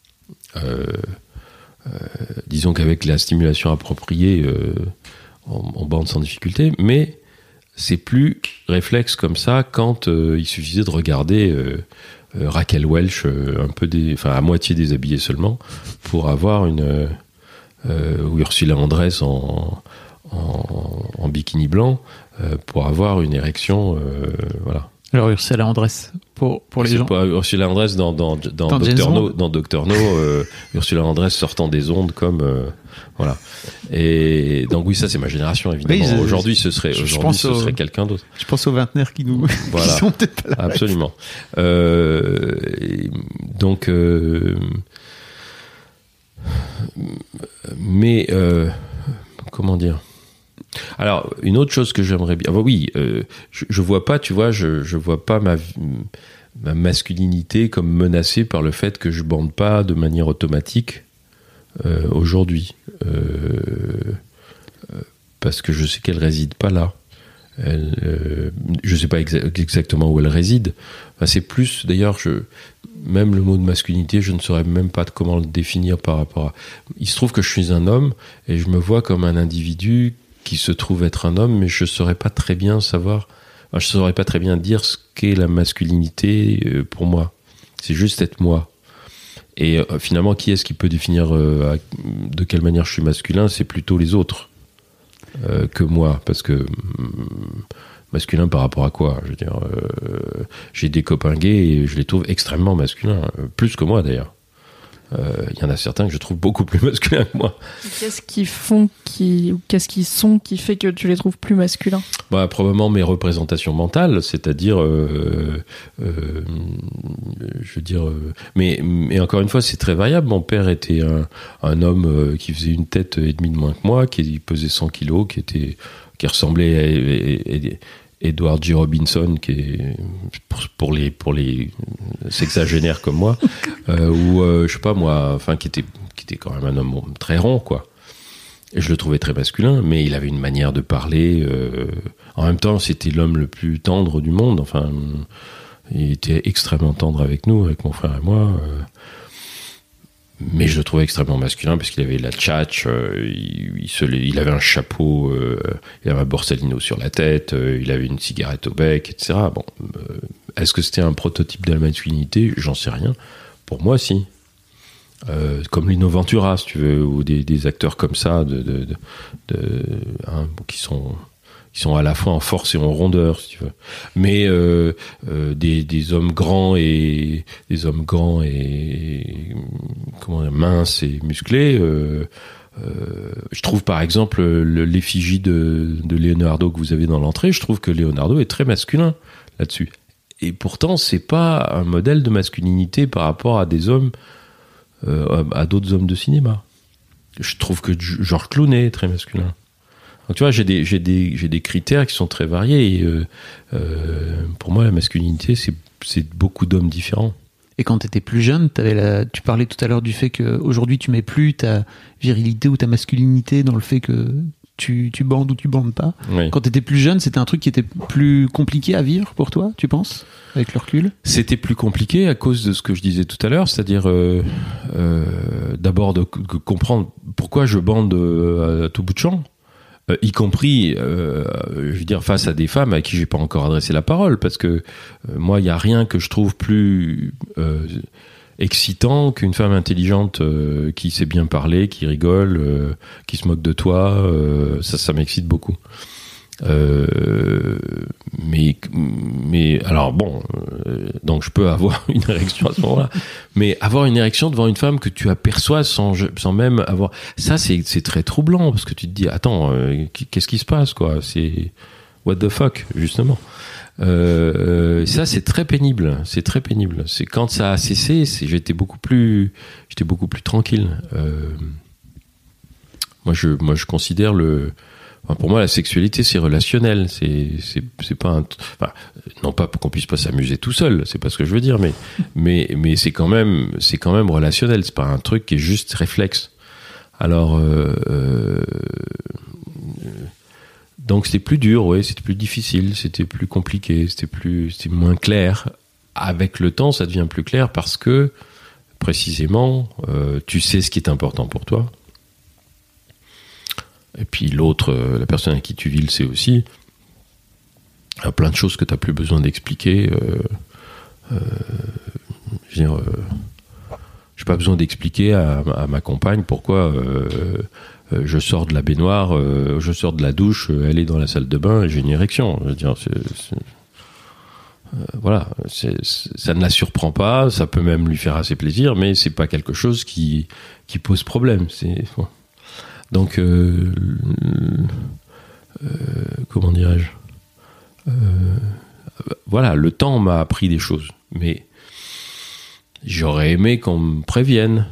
Disons qu'avec la stimulation appropriée, on bande sans difficulté, mais c'est plus réflexe comme ça quand il suffisait de regarder Raquel Welch à moitié déshabillée seulement pour avoir ou Ursula Andress en bikini blanc pour avoir une érection, voilà. Alors Ursula Andress pour les gens. Pas Ursula Andress dans Doctor No, Ursula Andress sortant des ondes comme voilà. Et donc oui, ça c'est ma génération évidemment. Oui, aujourd'hui ce serait quelqu'un d'autre. Je pense aux vingtenaires qui nous voilà. qui sont peut-être pas là. Absolument. Donc Mais comment dire? Alors, une autre chose que j'aimerais bien... oui, je vois pas, tu vois, je vois pas ma masculinité comme menacée par le fait que je bande pas de manière automatique aujourd'hui. Parce que je sais qu'elle réside pas là. Je sais pas exactement où elle réside. Enfin, c'est plus, d'ailleurs, même le mot de masculinité, je ne saurais même pas comment le définir par rapport à... Il se trouve que je suis un homme et je me vois comme un individu qui se trouve être un homme, mais je saurais pas très bien dire ce qu'est la masculinité pour moi. C'est juste être moi. Et finalement, qui est-ce qui peut définir de quelle manière je suis masculin? C'est plutôt les autres que moi, parce que masculin par rapport à quoi? Je veux dire, j'ai des copains gays et je les trouve extrêmement masculins, plus que moi d'ailleurs. Il y en a certains que je trouve beaucoup plus masculins que moi. Qu'est-ce qu'ils sont qui fait que tu les trouves plus masculins? Probablement mes représentations mentales, c'est-à-dire, je veux dire, mais encore une fois, c'est très variable. Mon père était un homme qui faisait une tête et demie de moins que moi, qui pesait 100 kilos, qui ressemblait à Edward G. Robinson, qui est pour les sexagénaires comme moi, ou je sais pas moi, enfin qui était quand même un homme très rond, quoi. Et je le trouvais très masculin, mais il avait une manière de parler. En même temps, c'était l'homme le plus tendre du monde. Enfin, il était extrêmement tendre avec nous, avec mon frère et moi. Mais je le trouvais extrêmement masculin parce qu'il avait la tchatche, il avait un chapeau, il avait un borsalino sur la tête, il avait une cigarette au bec, etc. Bon, est-ce que c'était un prototype de la masculinité? J'en sais rien. Pour moi, si. Comme Lino Ventura, si tu veux, ou des acteurs comme ça, qui sont à la fois en force et en rondeur, si tu veux. Mais des hommes grands et comment dire, minces et musclés. Je trouve par exemple l'effigie de Leonardo que vous avez dans l'entrée. Je trouve que Leonardo est très masculin là-dessus. Et pourtant, c'est pas un modèle de masculinité par rapport à des hommes, à d'autres hommes de cinéma. Je trouve que Georges Clooney est très masculin. Donc tu vois, j'ai des critères qui sont très variés. Et, pour moi, la masculinité, c'est beaucoup d'hommes différents. Et quand tu étais plus jeune, tu parlais tout à l'heure du fait qu'aujourd'hui, tu mets plus ta virilité ou ta masculinité dans le fait que tu bandes ou tu bandes pas. Oui. Quand tu étais plus jeune, c'était un truc qui était plus compliqué à vivre pour toi, tu penses, avec le recul? C'était plus compliqué à cause de ce que je disais tout à l'heure, c'est-à-dire d'abord de comprendre pourquoi je bande à tout bout de champ. Y compris, je veux dire, face à des femmes à qui j'ai pas encore adressé la parole, parce que moi, il y a rien que je trouve plus excitant qu'une femme intelligente qui sait bien parler, qui rigole, qui se moque de toi. Ça m'excite beaucoup. Mais alors bon, donc je peux avoir une érection à ce moment-là, mais avoir une érection devant une femme que tu aperçois sans même avoir, ça c'est très troublant, parce que tu te dis attends, qu'est-ce qui se passe, quoi, c'est what the fuck, justement. Ça c'est très pénible, c'est quand ça a cessé, j'étais beaucoup plus tranquille. Moi je considère pour moi, la sexualité, c'est relationnel. C'est pas non pas pour qu'on puisse pas s'amuser tout seul. C'est pas ce que je veux dire, mais c'est quand même relationnel. C'est pas un truc qui est juste réflexe. Alors, donc c'était plus dur, ouais, c'était plus difficile, c'était plus compliqué, c'était moins clair. Avec le temps, ça devient plus clair parce que, précisément, tu sais ce qui est important pour toi. Et puis l'autre, la personne avec qui tu vis le sait aussi. Il y a plein de choses que tu n'as plus besoin d'expliquer. Je veux dire, j'ai pas besoin d'expliquer à ma compagne pourquoi je sors de la baignoire, je sors de la douche, elle est dans la salle de bain et j'ai une érection. Je veux dire, voilà, ça ne la surprend pas, ça peut même lui faire assez plaisir, mais c'est pas quelque chose qui pose problème. Donc, comment dirais-je, voilà, le temps m'a appris des choses, mais J'aurais aimé qu'on me prévienne.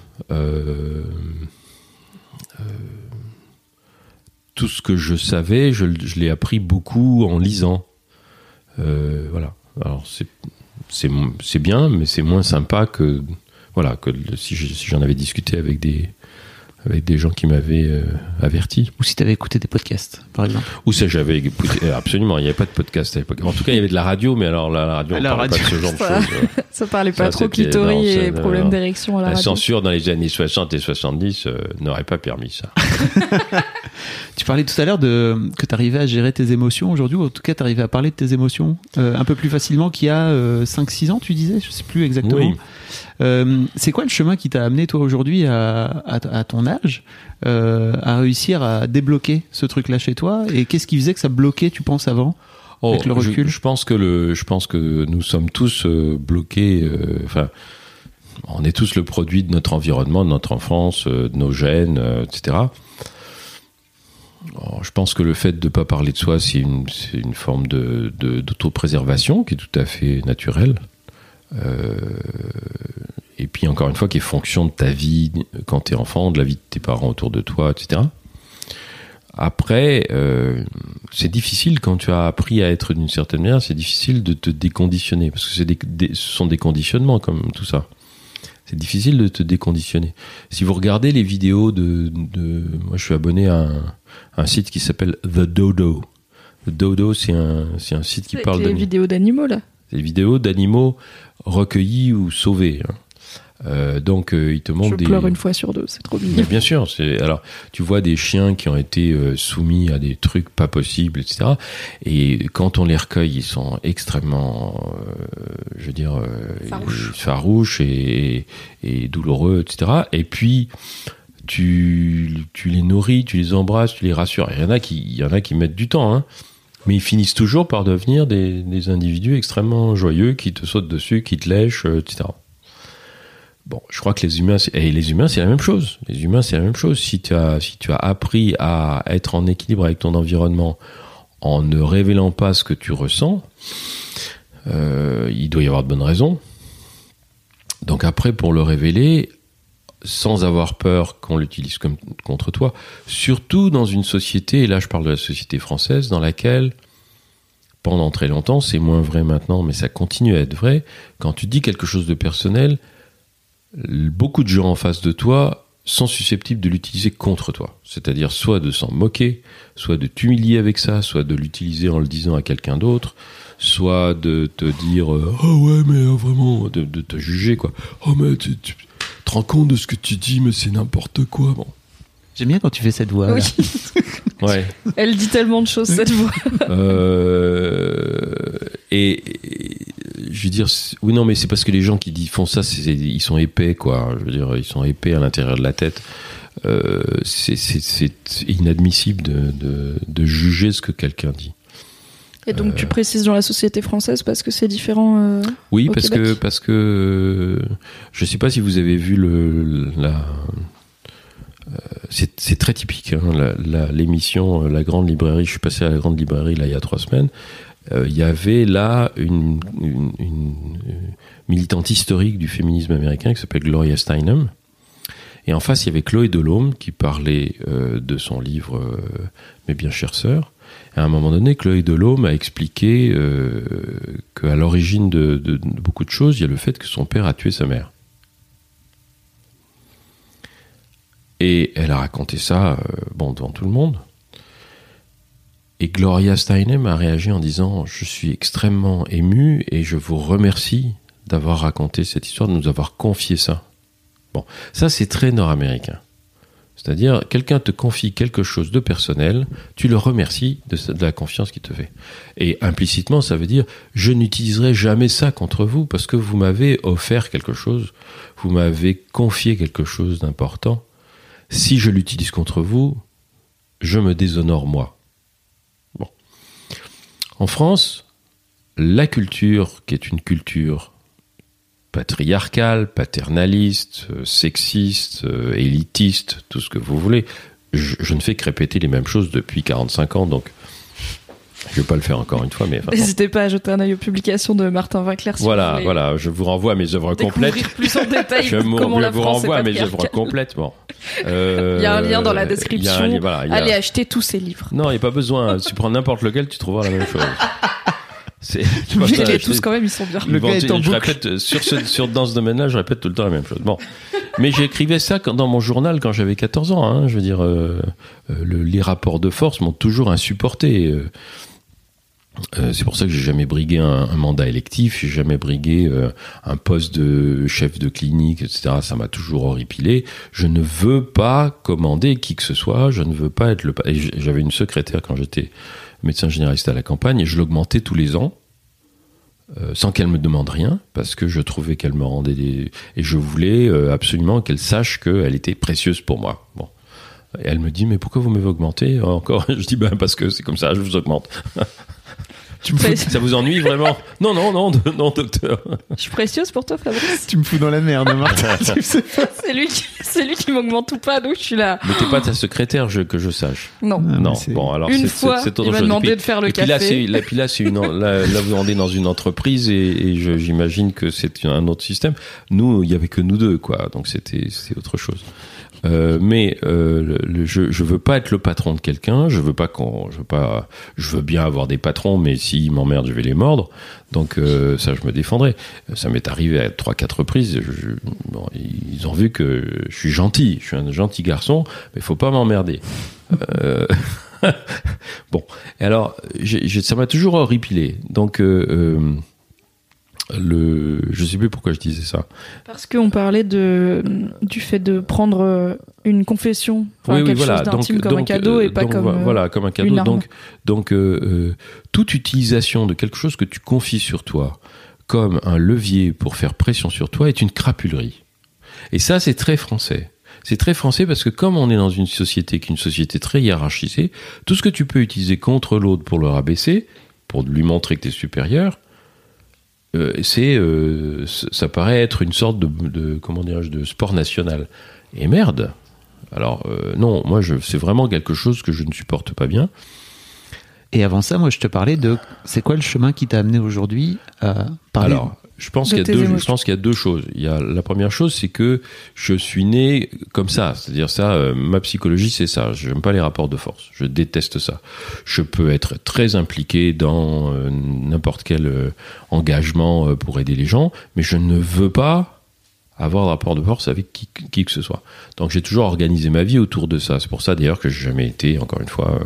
Tout ce que je savais, je l'ai appris beaucoup en lisant. Voilà. Alors c'est bien, mais c'est moins sympa que si j'en avais discuté avec des gens qui m'avaient averti. Ou si tu avais écouté des podcasts, par exemple. Ou ça, j'avais écouté. Absolument, il n'y avait pas de podcast à l'époque. En tout cas, il y avait de la radio, mais alors la radio, on ne parlait pas de ce genre de choses. Ça parlait pas trop clitoris et problèmes d'érection à la radio. La censure dans les années 60 et 70 n'aurait pas permis ça. Tu parlais tout à l'heure que tu arrivais à gérer tes émotions aujourd'hui, ou en tout cas tu arrivais à parler de tes émotions un peu plus facilement qu'il y a 5-6 ans, tu disais, je ne sais plus exactement. Oui. C'est quoi le chemin qui t'a amené toi aujourd'hui à ton âge à réussir à débloquer ce truc-là chez toi, et qu'est-ce qui faisait que ça bloquait, tu penses, avant avec le recul? Je pense que nous sommes tous bloqués. On est tous le produit de notre environnement, de notre enfance, de nos gènes, etc. Alors, je pense que le fait de ne pas parler de soi, c'est une forme d'autopréservation qui est tout à fait naturelle. Et puis, encore une fois, qui est fonction de ta vie quand tu es enfant, de la vie de tes parents autour de toi, etc. Après, c'est difficile quand tu as appris à être d'une certaine manière, c'est difficile de te déconditionner, parce que ce sont des conditionnements comme tout ça. C'est difficile de te déconditionner. Si vous regardez les vidéos moi, je suis abonné à un site qui s'appelle The Dodo. The Dodo, c'est un site qui parle des vidéos d'animaux, là. C'est des vidéos d'animaux recueillis ou sauvés. Donc, il te montre Je pleure une fois sur deux, c'est trop mignon. Bien sûr. Alors, tu vois des chiens qui ont été soumis à des trucs pas possibles, etc. Et quand on les recueille, ils sont extrêmement, farouches et douloureux, etc. Et puis, tu les nourris, tu les embrasses, tu les rassures. Il y en a qui mettent du temps, hein. Mais ils finissent toujours par devenir des individus extrêmement joyeux qui te sautent dessus, qui te lèchent, etc. Bon, je crois que les humains, c'est la même chose. Les humains, c'est la même chose. Si tu as appris à être en équilibre avec ton environnement en ne révélant pas ce que tu ressens, il doit y avoir de bonnes raisons. Donc après, pour le révéler, sans avoir peur qu'on l'utilise contre toi, surtout dans une société, et là je parle de la société française, dans laquelle, pendant très longtemps, c'est moins vrai maintenant, mais ça continue à être vrai, quand tu dis quelque chose de personnel, beaucoup de gens en face de toi sont susceptibles de l'utiliser contre toi. C'est-à-dire soit de s'en moquer, soit de t'humilier avec ça, soit de l'utiliser en le disant à quelqu'un d'autre, soit de te dire « Oh ouais, mais vraiment », de te juger, quoi. « Oh mais tu te rends compte de ce que tu dis, mais c'est n'importe quoi. » Bon. J'aime bien quand tu fais cette voix. Oui. Ouais. Elle dit tellement de choses, cette voix. Et je veux dire, oui, non, mais c'est parce que les gens qui font ça, ils sont épais, quoi. Je veux dire, ils sont épais à l'intérieur de la tête. C'est inadmissible de juger ce que quelqu'un dit. Et donc tu précises dans la société française parce que c'est différent. Oui, parce que je sais pas si vous avez vu c'est très typique, hein, l'émission La Grande Librairie. Je suis passé à la Grande Librairie là il y a 3 semaines. Il y avait là une militante historique du féminisme américain qui s'appelle Gloria Steinem. Et en face, il y avait Chloé Delhomme qui parlait de son livre Mes bien chères sœurs. Et à un moment donné, Chloé Delhomme a expliqué qu'à l'origine de beaucoup de choses, il y a le fait que son père a tué sa mère. Et elle a raconté ça devant tout le monde. Et Gloria Steinem a réagi en disant « Je suis extrêmement émue et je vous remercie d'avoir raconté cette histoire, de nous avoir confié ça. » Bon, ça c'est très nord-américain. C'est-à-dire, quelqu'un te confie quelque chose de personnel, tu le remercies de la confiance qu'il te fait. Et implicitement, ça veut dire « Je n'utiliserai jamais ça contre vous parce que vous m'avez offert quelque chose, vous m'avez confié quelque chose d'important. Si je l'utilise contre vous, je me déshonore moi. » Bon. En France, la culture, qui est une culture patriarcale, paternaliste, sexiste, élitiste, tout ce que vous voulez, je ne fais que répéter les mêmes choses depuis 45 ans, donc Je vais pas le faire encore une fois, mais... N'hésitez pas à jeter un œil aux publications de Martin Winkler. Voilà, je vous renvoie à mes œuvres complètes. Découvrir plus en détail comment la vous France renvoie est à mes patriarcale. œuvres complètes. Bon. Il y a un lien dans la description. Allez acheter tous ces livres. Non, il n'y a pas besoin. Si tu prends n'importe lequel, tu trouveras la même chose. Les tous quand même, ils sont bien. Le gars est en je boucle. répète, dans ce domaine-là, je répète tout le temps la même chose. Bon. Mais j'écrivais ça dans mon journal quand j'avais 14 ans. Hein. Je veux dire, les rapports de force m'ont toujours insupporté. C'est pour ça que j'ai jamais brigué un mandat électif, j'ai jamais brigué un poste de chef de clinique, etc. Ça m'a toujours horripilé. Je ne veux pas commander qui que ce soit, je ne veux pas être j'avais une secrétaire quand j'étais médecin généraliste à la campagne et je l'augmentais tous les ans sans qu'elle me demande rien parce que je trouvais qu'elle me rendait et je voulais absolument qu'elle sache qu'elle était précieuse pour moi. Bon. Et elle me dit mais pourquoi vous m'avez augmenté encore? Je dis parce que c'est comme ça, je vous augmente. Ça vous ennuie vraiment? Non, docteur. Je suis précieuse pour toi, Fabrice. Tu me fous dans la merde, Martin. C'est lui qui m'augmente ou pas, donc je suis là. Mais t'es pas ta secrétaire, que je sache. Non. Non. Bon, alors une fois, c'est autre il m'a chose. demandé de faire le café. Puis là, c'est là, vous rendez dans une entreprise et j'imagine que c'est un autre système. Nous, il y avait que nous deux, quoi. Donc c'est autre chose. Mais je veux pas être le patron de quelqu'un. Je veux bien avoir des patrons, mais s'ils m'emmerdent, je vais les mordre. Donc ça, je me défendrai. Ça m'est arrivé à 3-4 reprises. Ils ont vu que je suis gentil. Je suis un gentil garçon, mais faut pas m'emmerder. Bon. Et alors, ça m'a toujours horripilé. Donc je sais plus pourquoi je disais ça. Parce qu'on parlait du fait de prendre une confession, quelque chose d'intime comme un cadeau et pas comme comme un cadeau. Une arme. Donc toute utilisation de quelque chose que tu confies sur toi comme un levier pour faire pression sur toi est une crapulerie. Et ça, c'est très français. C'est très français parce que comme on est dans une société qui est une société très hiérarchisée, tout ce que tu peux utiliser contre l'autre pour le rabaisser, pour lui montrer que tu es supérieur, ça paraît être une sorte de sport national. Et merde. Alors non, moi c'est vraiment quelque chose que je ne supporte pas bien. Et avant ça, moi je te parlais de c'est quoi le chemin qui t'a amené aujourd'hui à parler. Alors, je pense qu'il y a deux choses. La première chose, c'est que je suis né comme ça. C'est-à-dire ça, ma psychologie, c'est ça. Je n'aime pas les rapports de force. Je déteste ça. Je peux être très impliqué dans n'importe quel engagement pour aider les gens, mais je ne veux pas avoir de rapport de force avec qui que ce soit. Donc j'ai toujours organisé ma vie autour de ça. C'est pour ça d'ailleurs que j'ai jamais été, encore une fois,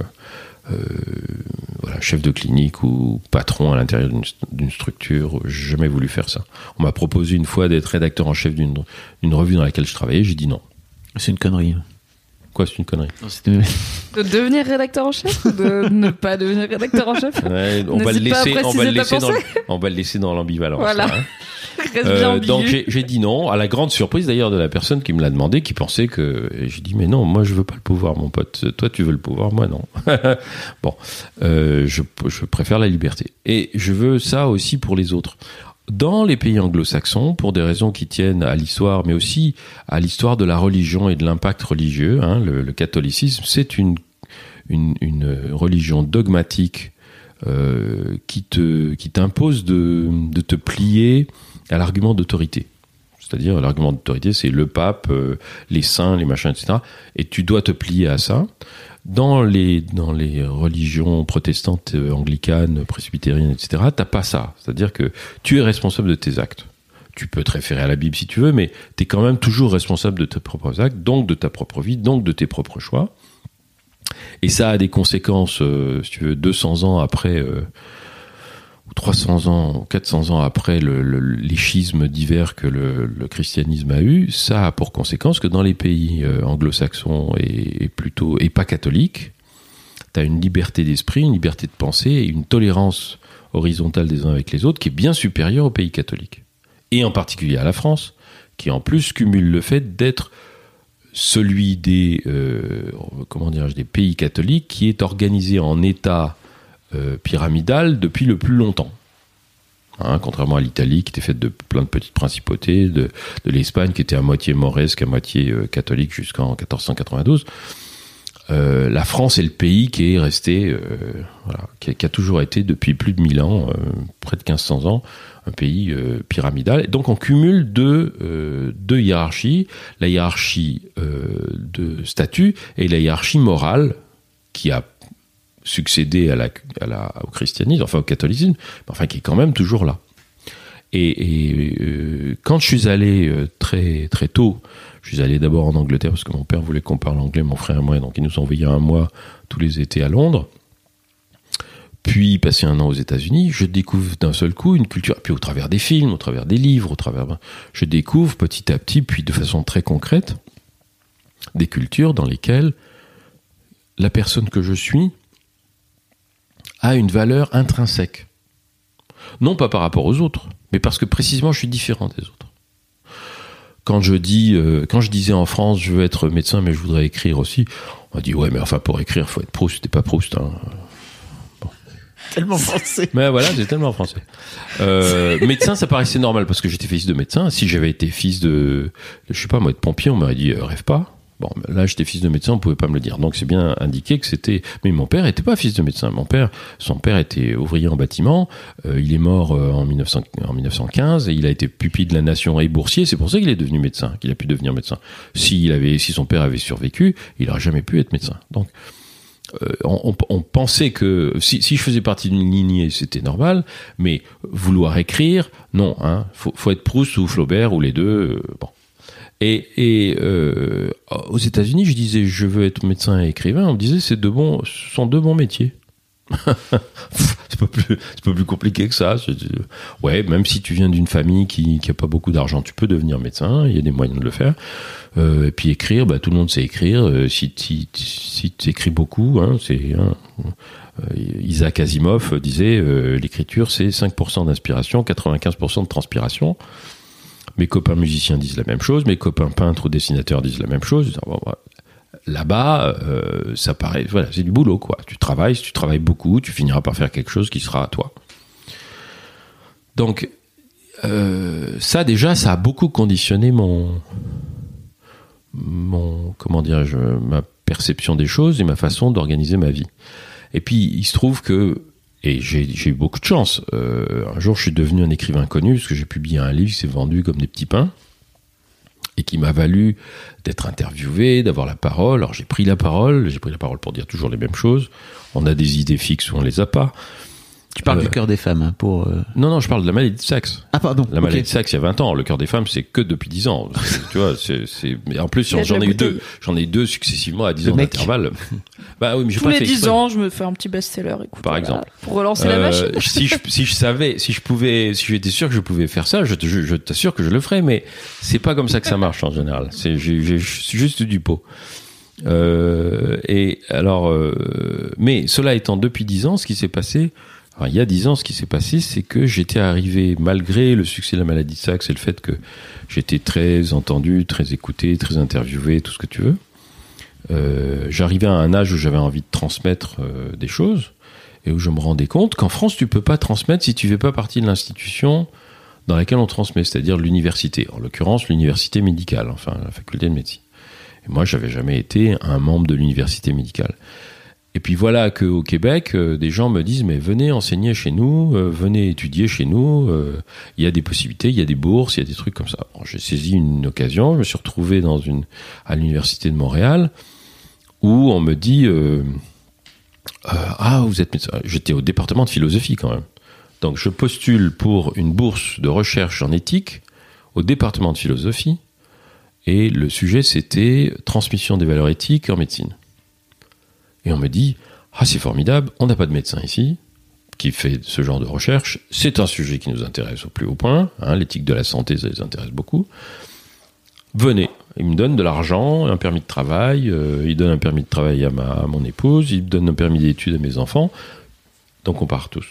chef de clinique ou patron à l'intérieur d'une structure. J'ai jamais voulu faire ça. On m'a proposé une fois d'être rédacteur en chef d'une revue dans laquelle je travaillais. J'ai dit non. C'est une connerie. Quoi, c'est une connerie? De devenir rédacteur en chef ou de ne pas devenir rédacteur en chef? Ouais, on va le laisser dans l'ambivalence. Voilà. Hein. Reste bien ambigu. Donc j'ai dit non, à la grande surprise d'ailleurs de la personne qui me l'a demandé, qui pensait que... Et j'ai dit mais non, moi je veux pas le pouvoir, mon pote. Toi tu veux le pouvoir, moi non. Bon, je préfère la liberté. Et je veux ça aussi pour les autres. Dans les pays anglo-saxons, pour des raisons qui tiennent à l'histoire, mais aussi à l'histoire de la religion et de l'impact religieux, hein, le catholicisme, c'est une religion dogmatique qui t'impose de te plier à l'argument d'autorité. C'est-à-dire, l'argument d'autorité, c'est le pape, les saints, les machins, etc. Et tu dois te plier à ça. Dans les religions protestantes, anglicanes, presbytériennes, etc., t'as pas ça. C'est-à-dire que tu es responsable de tes actes. Tu peux te référer à la Bible si tu veux, mais t'es quand même toujours responsable de tes propres actes, donc de ta propre vie, donc de tes propres choix. Et ça a des conséquences, si tu veux, 200 ans après, ou 300 ans, 400 ans après les schismes divers que le christianisme a eu. Ça a pour conséquence que dans les pays anglo-saxons et pas catholiques, tu as une liberté d'esprit, une liberté de pensée et une tolérance horizontale des uns avec les autres qui est bien supérieure aux pays catholiques. Et en particulier à la France, qui en plus cumule le fait d'être celui des pays catholiques qui est organisé en État pyramidal depuis le plus longtemps. Hein, contrairement à l'Italie qui était faite de plein de petites principautés, de l'Espagne qui était à moitié mauresque, à moitié catholique jusqu'en 1492. la France est le pays qui est resté, qui a toujours été depuis plus de 1000 ans, près de 1500 ans, un pays pyramidal. Et donc on cumule deux hiérarchies, la hiérarchie de statut et la hiérarchie morale qui a succédé au christianisme, enfin au catholicisme, mais enfin qui est quand même toujours là. Et quand je suis allé très très tôt, je suis allé d'abord en Angleterre parce que mon père voulait qu'on parle anglais, mon frère et moi, donc il nous envoyait un mois tous les étés à Londres. Puis passer un an aux États-Unis, je découvre d'un seul coup une culture. Puis au travers des films, au travers des livres, je découvre petit à petit, puis de façon très concrète, des cultures dans lesquelles la personne que je suis a une valeur intrinsèque. Non pas par rapport aux autres, mais parce que précisément je suis différent des autres. Quand je disais en France, je veux être médecin, mais je voudrais écrire aussi, on m'a dit ouais, mais enfin pour écrire, il faut être Proust, t'es pas Proust. Hein. Bon. Tellement français. Mais voilà, c'est tellement français. Médecin, ça paraissait normal parce que j'étais fils de médecin. Si j'avais été fils de je sais pas moi, de pompier, on m'aurait dit rêve pas. Bon, là, j'étais fils de médecin, on pouvait pas me le dire. Donc, c'est bien indiqué que c'était... Mais mon père était pas fils de médecin. Son père était ouvrier en bâtiment. Il est mort en 1915 et il a été pupille de la Nation et boursier. C'est pour ça qu'il est devenu médecin, qu'il a pu devenir médecin. Si son père avait survécu, il n'aurait jamais pu être médecin. Donc, on pensait que si je faisais partie d'une lignée, c'était normal, mais vouloir écrire, non. Hein, faut être Proust ou Flaubert ou les deux. Bon. Et aux États-Unis, je disais je veux être médecin et écrivain. On me disait ce sont deux bons métiers. c'est pas plus compliqué que ça. Ouais, même si tu viens d'une famille qui a pas beaucoup d'argent, tu peux devenir médecin. Il y a des moyens de le faire. Et puis écrire, tout le monde sait écrire. Si tu écris beaucoup, hein, Isaac Asimov disait l'écriture c'est 5% d'inspiration, 95% de transpiration. Mes copains musiciens disent la même chose, mes copains peintres ou dessinateurs disent la même chose. Là-bas, ça paraît, voilà, c'est du boulot, quoi. Tu travailles beaucoup, tu finiras par faire quelque chose qui sera à toi. Donc, ça déjà, ça a beaucoup conditionné ma perception des choses et ma façon d'organiser ma vie. Et puis, il se trouve que et j'ai eu beaucoup de chance. Un jour, je suis devenu un écrivain connu parce que j'ai publié un livre qui s'est vendu comme des petits pains et qui m'a valu d'être interviewé, d'avoir la parole. Alors, j'ai pris la parole pour dire toujours les mêmes choses. On a des idées fixes ou on les a pas. Tu parles du cœur des femmes, hein, pour... Non, je parle de la maladie de Saxe. Ah, pardon. La maladie de Saxe, il y a 20 ans. Le cœur des femmes, c'est que depuis 10 ans. Tu vois, mais en plus, j'en ai eu deux. J'en ai eu deux successivement à 10 ans d'intervalle. Bah oui, mais j'ai tous pas les fait 10 exprès. ans, je me fais un petit best-seller, écoute. Par exemple. Pour relancer la machine. Si j'étais sûr que je pouvais faire ça, je t'assure que je le ferais, mais c'est pas comme ça que ça marche en général. C'est juste du pot. Et alors, mais cela étant, depuis 10 ans, ce qui s'est passé, il y a 10 ans, ce qui s'est passé, c'est que j'étais arrivé, malgré le succès de la maladie de Saxe et le fait que j'étais très entendu, très écouté, très interviewé, tout ce que tu veux, j'arrivais à un âge où j'avais envie de transmettre des choses et où je me rendais compte qu'en France, tu peux pas transmettre si tu fais pas partie de l'institution dans laquelle on transmet, c'est-à-dire l'université. En l'occurrence, l'université médicale, enfin la faculté de médecine. Et moi, j'avais jamais été un membre de l'université médicale. Et puis voilà qu'au Québec, des gens me disent mais venez enseigner chez nous, venez étudier chez nous, il y a des possibilités, il y a des bourses, il y a des trucs comme ça. Alors, j'ai saisi une occasion, je me suis retrouvé à l'université de Montréal où on me dit vous êtes médecin. J'étais au département de philosophie quand même. Donc je postule pour une bourse de recherche en éthique au département de philosophie et le sujet c'était transmission des valeurs éthiques en médecine. Et on me dit, c'est formidable, on n'a pas de médecin ici qui fait ce genre de recherche, c'est un sujet qui nous intéresse au plus haut point, hein, l'éthique de la santé, ça les intéresse beaucoup. Venez, il me donne de l'argent, un permis de travail, il donne un permis de travail à mon épouse, il donne un permis d'études à mes enfants, donc on part tous.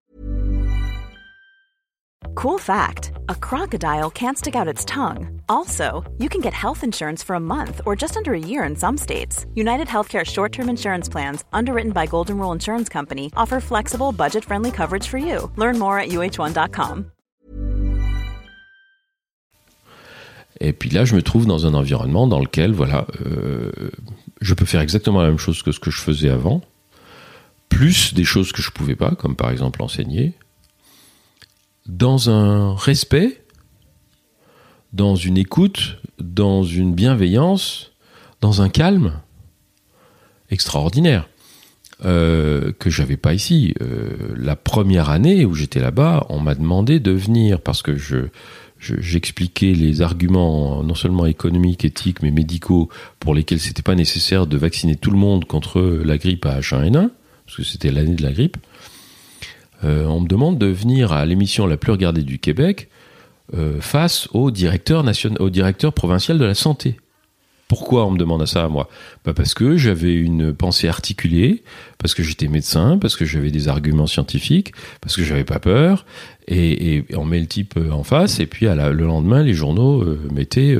Cool fact, a crocodile can't stick out its tongue. Also, you can get health insurance for a month or just under a year in some states. United Healthcare short-term insurance plans, underwritten by Golden Rule Insurance Company, offer flexible, budget-friendly coverage for you. Learn more at uh1.com. Et puis là, je me trouve dans un environnement dans lequel, je peux faire exactement la même chose que ce que je faisais avant, plus des choses que je pouvais pas, comme par exemple enseigner, dans un respect, dans une écoute, dans une bienveillance, dans un calme extraordinaire que j'avais pas ici. La première année où j'étais là-bas, on m'a demandé de venir parce que j'expliquais les arguments non seulement économiques, éthiques, mais médicaux pour lesquels c'était pas nécessaire de vacciner tout le monde contre la grippe à H1N1, parce que c'était l'année de la grippe. On me demande de venir à l'émission la plus regardée du Québec face au directeur provincial de la santé. Pourquoi on me demande ça à moi ? Parce que j'avais une pensée articulée, parce que j'étais médecin, parce que j'avais des arguments scientifiques, parce que j'avais pas peur, et on met le type en face, et puis le lendemain, les journaux mettaient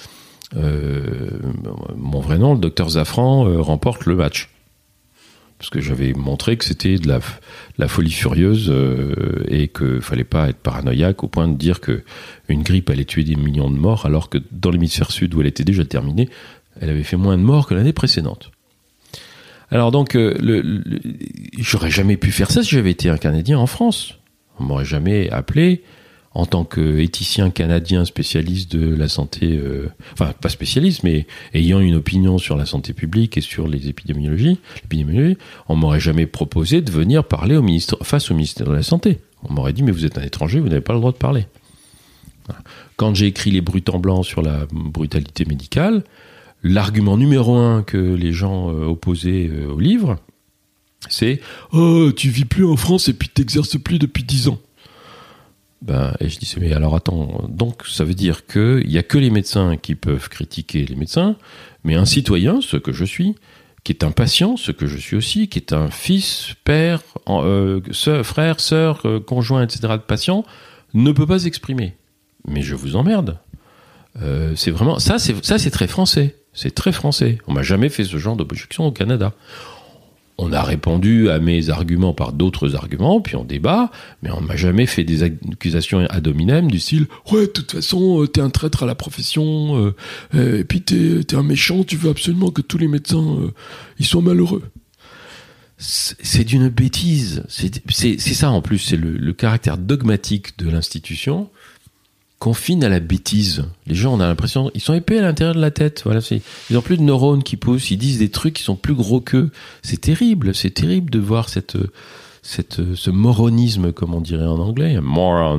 mon vrai nom, le docteur Zafran remporte le match. Parce que j'avais montré que c'était de la folie furieuse et qu'il fallait pas être paranoïaque au point de dire que une grippe allait tuer des millions de morts, alors que dans l'hémisphère sud où elle était déjà terminée, elle avait fait moins de morts que l'année précédente. Alors donc, j'aurais jamais pu faire ça si j'avais été un Canadien en France. On m'aurait jamais appelé en tant qu'éthicien canadien spécialiste de la santé, enfin pas spécialiste, mais ayant une opinion sur la santé publique et sur l'épidémiologie, on m'aurait jamais proposé de venir parler face au ministère de la Santé. On m'aurait dit, mais vous êtes un étranger, vous n'avez pas le droit de parler. Voilà. Quand j'ai écrit Les Brutes en blanc sur la brutalité médicale, l'argument numéro 1 que les gens opposaient au livre, c'est « Oh, tu vis plus en France et puis t'exerces plus depuis 10 ans ». Et je disais, mais alors attends, donc ça veut dire qu'il n'y a que les médecins qui peuvent critiquer les médecins, mais un citoyen, ce que je suis, qui est un patient, ce que je suis aussi, qui est un fils, père, frère, sœur, conjoint, etc. de patient, ne peut pas s'exprimer. Mais je vous emmerde. C'est vraiment, ça c'est très français. C'est très français. On m'a jamais fait ce genre d'objection au Canada. On a répondu à mes arguments par d'autres arguments, puis on débat, mais on ne m'a jamais fait des accusations ad hominem du style « Ouais, de toute façon, t'es un traître à la profession, et puis t'es un méchant, tu veux absolument que tous les médecins ils soient malheureux. » C'est d'une bêtise. C'est ça en plus, c'est le caractère dogmatique de l'institution confine à la bêtise. Les gens, on a l'impression, ils sont épais à l'intérieur de la tête. Voilà, ils n'ont plus de neurones qui poussent. Ils disent des trucs qui sont plus gros qu'eux. C'est terrible de voir ce moronisme, comme on dirait en anglais, morons.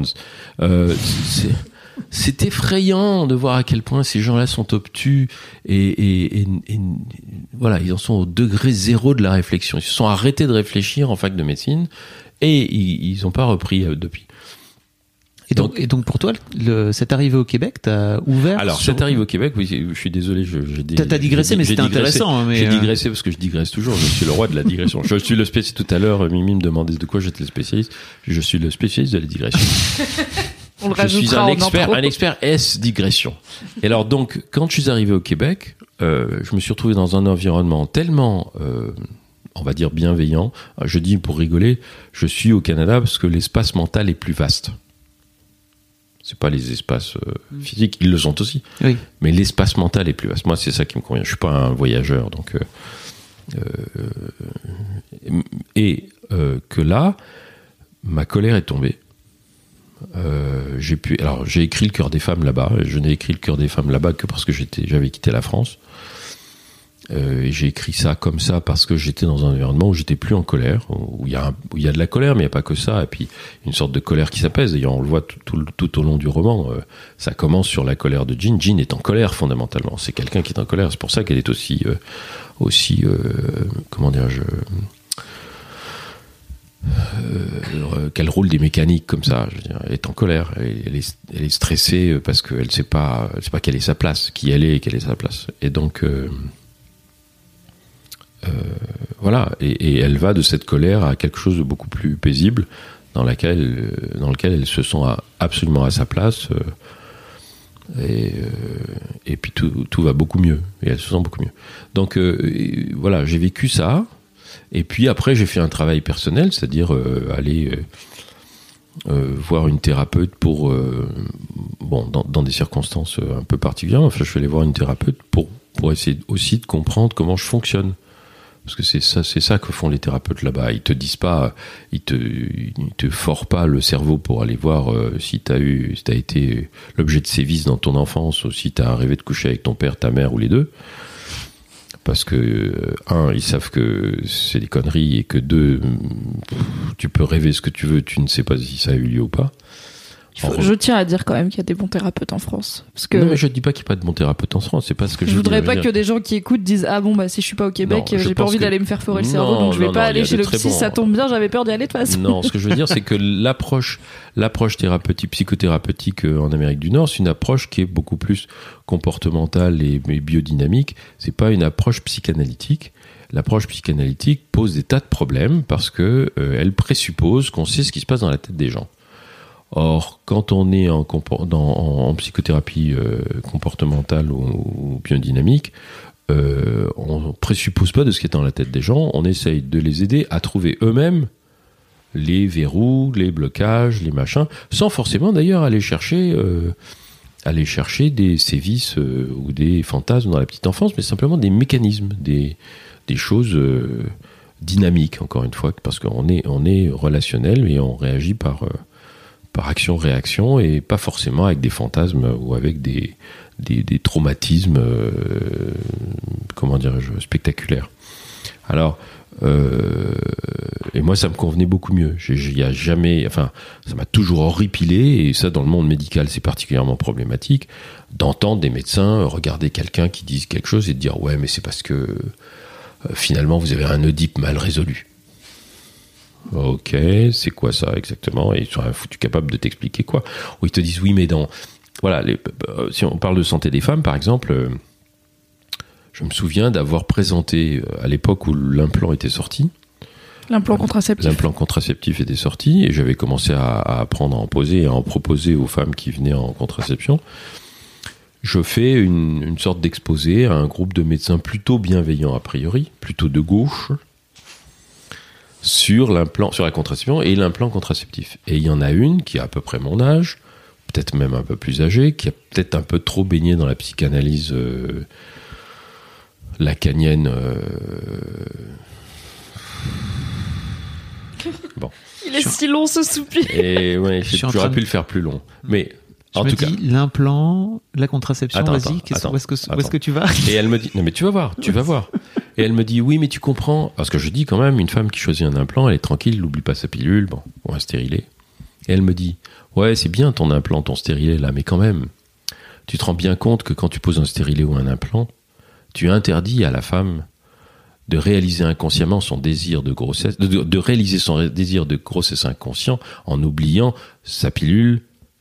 C'est effrayant de voir à quel point ces gens-là sont obtus et voilà, ils en sont au degré zéro de la réflexion. Ils se sont arrêtés de réfléchir en fac de médecine et ils n'ont pas repris depuis. Et donc pour toi, cette arrivée au Québec, t'as ouvert. Alors cette arrivée au Québec, oui, je suis désolé, t'as digressé, mais c'était intéressant. Mais j'ai digressé parce que je digresse toujours. Je suis le roi de la digression. Je suis le spécialiste. Tout à l'heure, Mimi me demandait de quoi j'étais le spécialiste. Je suis le spécialiste de la digression. On le je suis un rajoutera expert S digression. Et alors donc, quand je suis arrivé au Québec, je me suis retrouvé dans un environnement tellement on va dire bienveillant. Je dis pour rigoler, je suis au Canada parce que l'espace mental est plus vaste. C'est pas les espaces physiques, ils le sont aussi. Oui. Mais l'espace mental est plus vaste. Moi, c'est ça qui me convient. Je suis pas un voyageur, donc que là, ma colère est tombée. J'ai écrit Le Cœur des femmes là-bas. Je n'ai écrit Le Cœur des femmes là-bas que parce que j'avais quitté la France. Et j'ai écrit ça comme ça parce que j'étais dans un environnement où j'étais plus en colère, où il y a de la colère, mais il n'y a pas que ça, et puis une sorte de colère qui s'apaise. D'ailleurs, on le voit tout au long du roman. Ça commence sur la colère de Jean. Jean est en colère fondamentalement. C'est quelqu'un qui est en colère. C'est pour ça qu'elle est aussi comment dirais-je, qu'elle roule des mécaniques comme ça. Je veux dire, elle est en colère. Elle est stressée parce qu'elle sait pas quelle est sa place, qui elle est et quelle est sa place. Et donc voilà, et elle va de cette colère à quelque chose de beaucoup plus paisible, dans lequel elle se sent absolument à sa place, et puis tout va beaucoup mieux, et elle se sent beaucoup mieux. Donc voilà, j'ai vécu ça, et puis après j'ai fait un travail personnel, c'est-à-dire aller voir une thérapeute pour dans des circonstances un peu particulières. Enfin, je suis allé voir une thérapeute pour essayer aussi de comprendre comment je fonctionne. Parce que c'est ça que font les thérapeutes là-bas. Ils te disent pas, ils te forent pas le cerveau pour aller voir si t'as été l'objet de sévices dans ton enfance ou si t'as rêvé de coucher avec ton père, ta mère ou les deux. Parce que, ils savent que c'est des conneries et que deux, tu peux rêver ce que tu veux, tu ne sais pas si ça a eu lieu ou pas. Je tiens à dire quand même qu'il y a des bons thérapeutes en France. Parce que non, mais je ne dis pas qu'il n'y a pas de bons thérapeutes en France. C'est pas ce que je veux dire. Je voudrais pas que des gens qui écoutent disent ah bon bah si je suis pas au Québec, j'ai pas envie d'aller me faire forer le cerveau, donc je vais pas aller chez le psy. Ça tombe bien, j'avais peur d'y aller de toute façon. Non, ce que je veux dire, c'est que l'approche thérapeutique, psychothérapeutique en Amérique du Nord, c'est une approche qui est beaucoup plus comportementale et biodynamique. C'est pas une approche psychanalytique. L'approche psychanalytique pose des tas de problèmes parce que elle présuppose qu'on sait ce qui se passe dans la tête des gens. Or, quand on est en psychothérapie comportementale ou biodynamique, on présuppose pas de ce qui est dans la tête des gens, on essaye de les aider à trouver eux-mêmes les verrous, les blocages, les machins, sans forcément d'ailleurs aller chercher des sévices ou des fantasmes dans la petite enfance, mais simplement des mécanismes, des choses dynamiques, encore une fois, parce qu'on est relationnel et on réagit par action-réaction et pas forcément avec des fantasmes ou avec des traumatismes, comment dirais-je, spectaculaires. Alors, et moi ça me convenait beaucoup mieux. Ça m'a toujours horripilé, et ça dans le monde médical c'est particulièrement problématique, d'entendre des médecins regarder quelqu'un qui dise quelque chose et de dire ouais mais c'est parce que finalement vous avez un Oedipe mal résolu. Ok, c'est quoi ça exactement? Et ils sont foutus capables de t'expliquer quoi? Ou ils te disent oui, mais si on parle de santé des femmes, par exemple, je me souviens d'avoir présenté à l'époque où l'implant était sorti. L'implant contraceptif. L'implant contraceptif était sorti et j'avais commencé à apprendre à en poser et à en proposer aux femmes qui venaient en contraception. Je fais une sorte d'exposé à un groupe de médecins plutôt bienveillants a priori, plutôt de gauche, sur la contraception et l'implant contraceptif. Et il y en a une qui a à peu près mon âge, peut-être même un peu plus âgée, qui a peut-être un peu trop baigné dans la psychanalyse lacanienne. Bon. Il est si long ce soupir. Et ouais, j'aurais pu le faire plus long. Mais en tout cas, l'implant, la contraception, vas-y, où est-ce que tu vas? Et elle me dit, non mais tu vas voir. Et elle me dit, oui mais tu comprends, parce que je dis quand même, une femme qui choisit un implant, elle est tranquille, elle n'oublie pas sa pilule, ou un stérilet. Et elle me dit, ouais c'est bien ton implant, ton stérilet là, mais quand même, tu te rends bien compte que quand tu poses un stérilet ou un implant, tu interdis à la femme de réaliser inconsciemment son désir de grossesse, de réaliser son désir de grossesse inconscient en oubliant sa pilule.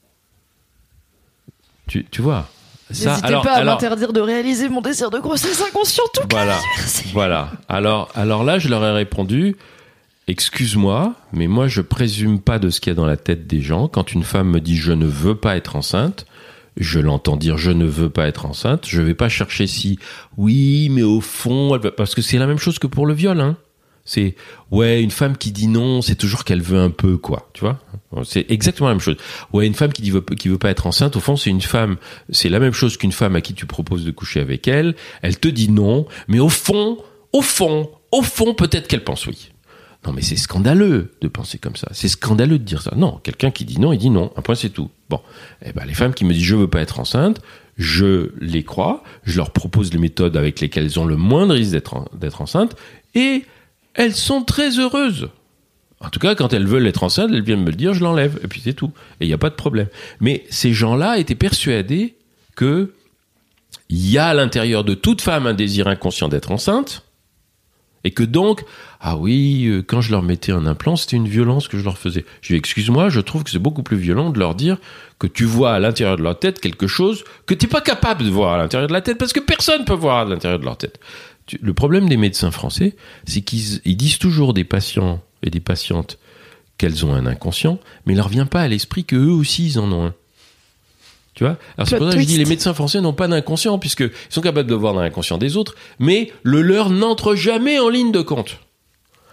Tu vois ça. N'hésitez pas à m'interdire de réaliser mon désir de grossesse inconscient tout cas. Voilà. Alors là, je leur ai répondu, excuse-moi, mais moi je présume pas de ce qu'il y a dans la tête des gens. Quand une femme me dit je ne veux pas être enceinte, je l'entends dire je ne veux pas être enceinte. Je vais pas chercher si oui, mais au fond, parce que c'est la même chose que pour le viol, hein. C'est ouais, une femme qui dit non, c'est toujours qu'elle veut un peu, quoi, tu vois. C'est exactement la même chose. Ouais, une femme qui veut pas être enceinte, au fond, c'est la même chose qu'une femme à qui tu proposes de coucher avec elle. Elle te dit non, mais au fond, peut-être qu'elle pense oui. Non, mais c'est scandaleux de penser comme ça. C'est scandaleux de dire ça. Non, quelqu'un qui dit non, il dit non. Un point, c'est tout. Bon, les femmes qui me disent je veux pas être enceinte, je les crois, je leur propose les méthodes avec lesquelles elles ont le moindre risque d'être enceintes, et elles sont très heureuses. En tout cas, quand elles veulent être enceintes, elles viennent me le dire, je l'enlève, et puis c'est tout. Et il n'y a pas de problème. Mais ces gens-là étaient persuadés qu'il y a à l'intérieur de toute femme un désir inconscient d'être enceinte, et que donc, ah oui, quand je leur mettais un implant, c'était une violence que je leur faisais. Je dis, excuse-moi, je trouve que c'est beaucoup plus violent de leur dire que tu vois à l'intérieur de leur tête quelque chose que tu n'es pas capable de voir à l'intérieur de la tête, parce que personne ne peut voir à l'intérieur de leur tête. Le problème des médecins français, c'est qu'ils disent toujours des patients et des patientes qu'elles ont un inconscient, mais il leur vient pas à l'esprit qu'eux aussi ils en ont un. Tu vois? Alors c'est pour ça que je dis les médecins français n'ont pas d'inconscient, puisqu'ils sont capables de voir dans l'inconscient des autres, mais le leur n'entre jamais en ligne de compte.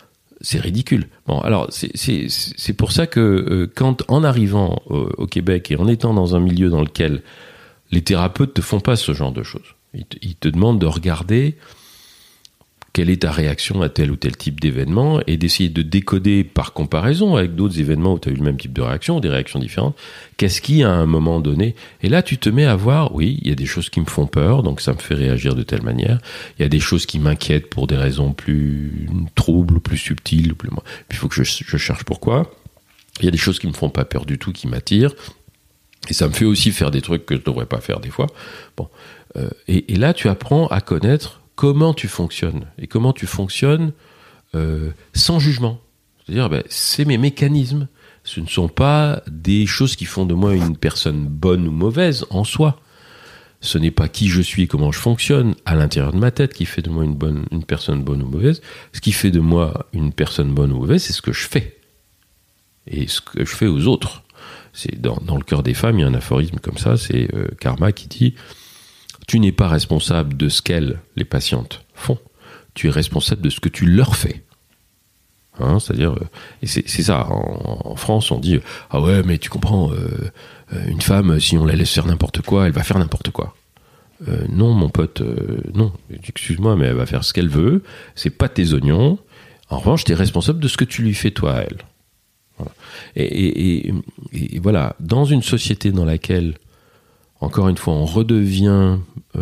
c'est ridicule. Bon, alors c'est pour ça que quand en arrivant au Québec et en étant dans un milieu dans lequel les thérapeutes te font pas ce genre de choses, ils te demandent de regarder quelle est ta réaction à tel ou tel type d'événement et d'essayer de décoder par comparaison avec d'autres événements où tu as eu le même type de réaction, des réactions différentes, qu'est-ce qui, à un moment donné... Et là, tu te mets à voir, oui, il y a des choses qui me font peur, donc ça me fait réagir de telle manière. Il y a des choses qui m'inquiètent pour des raisons plus troubles, plus subtiles. Puis il faut que je cherche pourquoi. Il y a des choses qui me font pas peur du tout, qui m'attirent. Et ça me fait aussi faire des trucs que je devrais pas faire des fois. Bon, et là, tu apprends à connaître comment tu fonctionnes, et comment tu fonctionnes sans jugement. C'est-à-dire, c'est mes mécanismes. Ce ne sont pas des choses qui font de moi une personne bonne ou mauvaise en soi. Ce n'est pas qui je suis et comment je fonctionne à l'intérieur de ma tête qui fait de moi une personne bonne ou mauvaise. Ce qui fait de moi une personne bonne ou mauvaise, c'est ce que je fais. Et ce que je fais aux autres. C'est dans le cœur des femmes, il y a un aphorisme comme ça, c'est Karma qui dit... Tu n'es pas responsable de ce qu'elles, les patientes, font. Tu es responsable de ce que tu leur fais. Hein, c'est-à-dire, et c'est ça. En France, on dit ah ouais, mais tu comprends, une femme, si on la laisse faire n'importe quoi, elle va faire n'importe quoi. Non, mon pote, non. Excuse-moi, mais elle va faire ce qu'elle veut. C'est pas tes oignons. En revanche, tu es responsable de ce que tu lui fais toi à elle. Voilà. Et voilà, dans une société dans laquelle encore une fois, on redevient,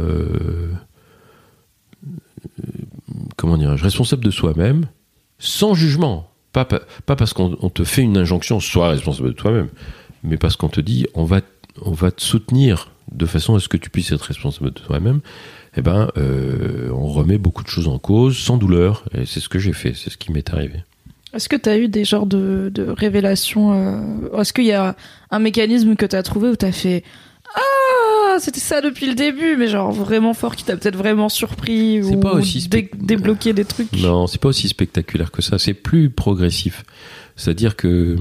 comment dirais-je, responsable de soi-même, sans jugement. Pas parce qu'on te fait une injonction, sois responsable de toi-même, mais parce qu'on te dit, on va te soutenir de façon à ce que tu puisses être responsable de toi-même. On remet beaucoup de choses en cause, sans douleur, et c'est ce que j'ai fait, c'est ce qui m'est arrivé. Est-ce que tu as eu des genres de révélations Est-ce qu'il y a un mécanisme que tu as trouvé où tu as fait ah, c'était ça depuis le début, mais genre vraiment fort, qui t'a peut-être vraiment surpris c'est ou pas aussi débloqué des trucs? Non, c'est pas aussi spectaculaire que ça. C'est plus progressif. C'est-à-dire que,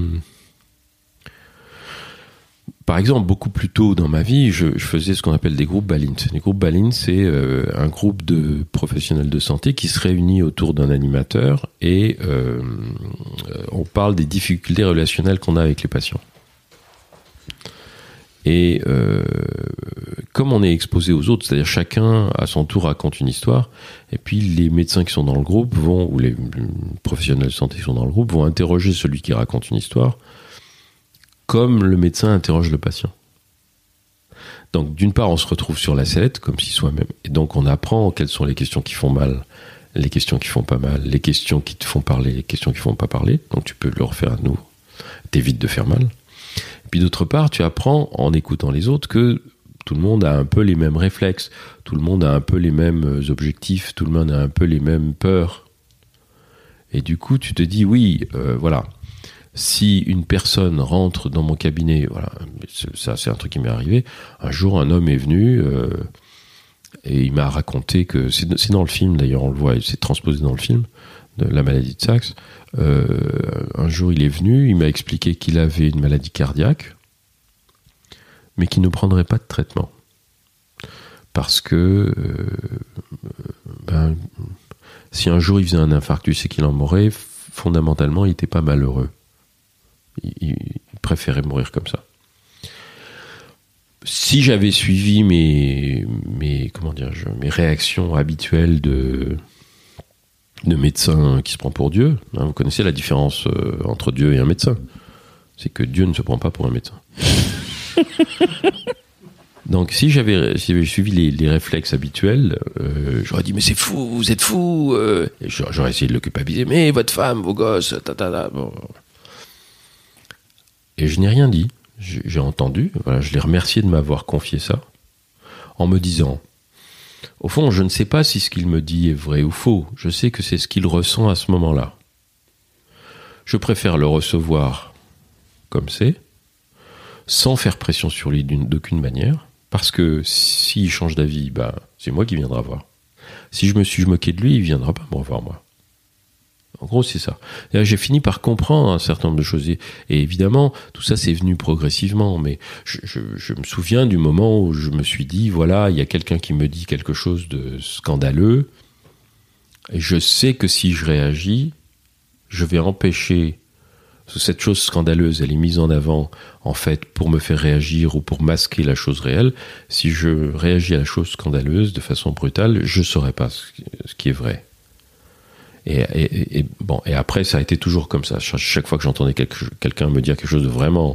par exemple, beaucoup plus tôt dans ma vie, je faisais ce qu'on appelle des groupes Balint. Les groupes Balint, c'est un groupe de professionnels de santé qui se réunit autour d'un animateur et on parle des difficultés relationnelles qu'on a avec les patients. Et comme on est exposé aux autres, c'est-à-dire chacun à son tour raconte une histoire, et puis les médecins qui sont dans le groupe ou les professionnels de santé qui sont dans le groupe vont interroger celui qui raconte une histoire comme le médecin interroge le patient. Donc d'une part on se retrouve sur la sellette comme si soi-même, et donc on apprend quelles sont les questions qui font mal, les questions qui font pas mal, les questions qui te font parler, les questions qui font pas parler, donc tu peux le refaire à nouveau, t'évites de faire mal. Puis d'autre part, tu apprends en écoutant les autres que tout le monde a un peu les mêmes réflexes, tout le monde a un peu les mêmes objectifs, tout le monde a un peu les mêmes peurs. Et du coup, tu te dis, oui, voilà, si une personne rentre dans mon cabinet, voilà, ça c'est un truc qui m'est arrivé, un jour un homme est venu et il m'a raconté que, c'est dans le film d'ailleurs, on le voit, c'est transposé dans le film, de la maladie de Sachs. Un jour il est venu, il m'a expliqué qu'il avait une maladie cardiaque mais qu'il ne prendrait pas de traitement parce que si un jour il faisait un infarctus et qu'il en mourait, fondamentalement il n'était pas malheureux, il préférait mourir comme ça. Si j'avais suivi mes réactions habituelles de médecin qui se prend pour Dieu. Hein, vous connaissez la différence entre Dieu et un médecin. C'est que Dieu ne se prend pas pour un médecin. Donc si j'avais suivi les réflexes habituels, j'aurais dit mais c'est fou, vous êtes fou. Et j'aurais essayé de le culpabiliser. Mais votre femme, vos gosses, bon. Et je n'ai rien dit. J'ai entendu. Voilà, je l'ai remercié de m'avoir confié ça, en me disant. Au fond, je ne sais pas si ce qu'il me dit est vrai ou faux. Je sais que c'est ce qu'il ressent à ce moment-là. Je préfère le recevoir comme c'est, sans faire pression sur lui d'aucune manière, parce que s'il change d'avis, c'est moi qui viendra voir. Si je me suis moqué de lui, il viendra pas me revoir moi. En gros, c'est ça. Et là, j'ai fini par comprendre un certain nombre de choses. Et évidemment, tout ça, c'est venu progressivement. Mais je me souviens du moment où je me suis dit, voilà, il y a quelqu'un qui me dit quelque chose de scandaleux. Et je sais que si je réagis, je vais empêcher cette chose scandaleuse, elle est mise en avant en fait pour me faire réagir ou pour masquer la chose réelle. Si je réagis à la chose scandaleuse de façon brutale, je saurais pas ce qui est vrai. Et après, ça a été toujours comme ça. Chaque fois que j'entendais quelqu'un me dire quelque chose de vraiment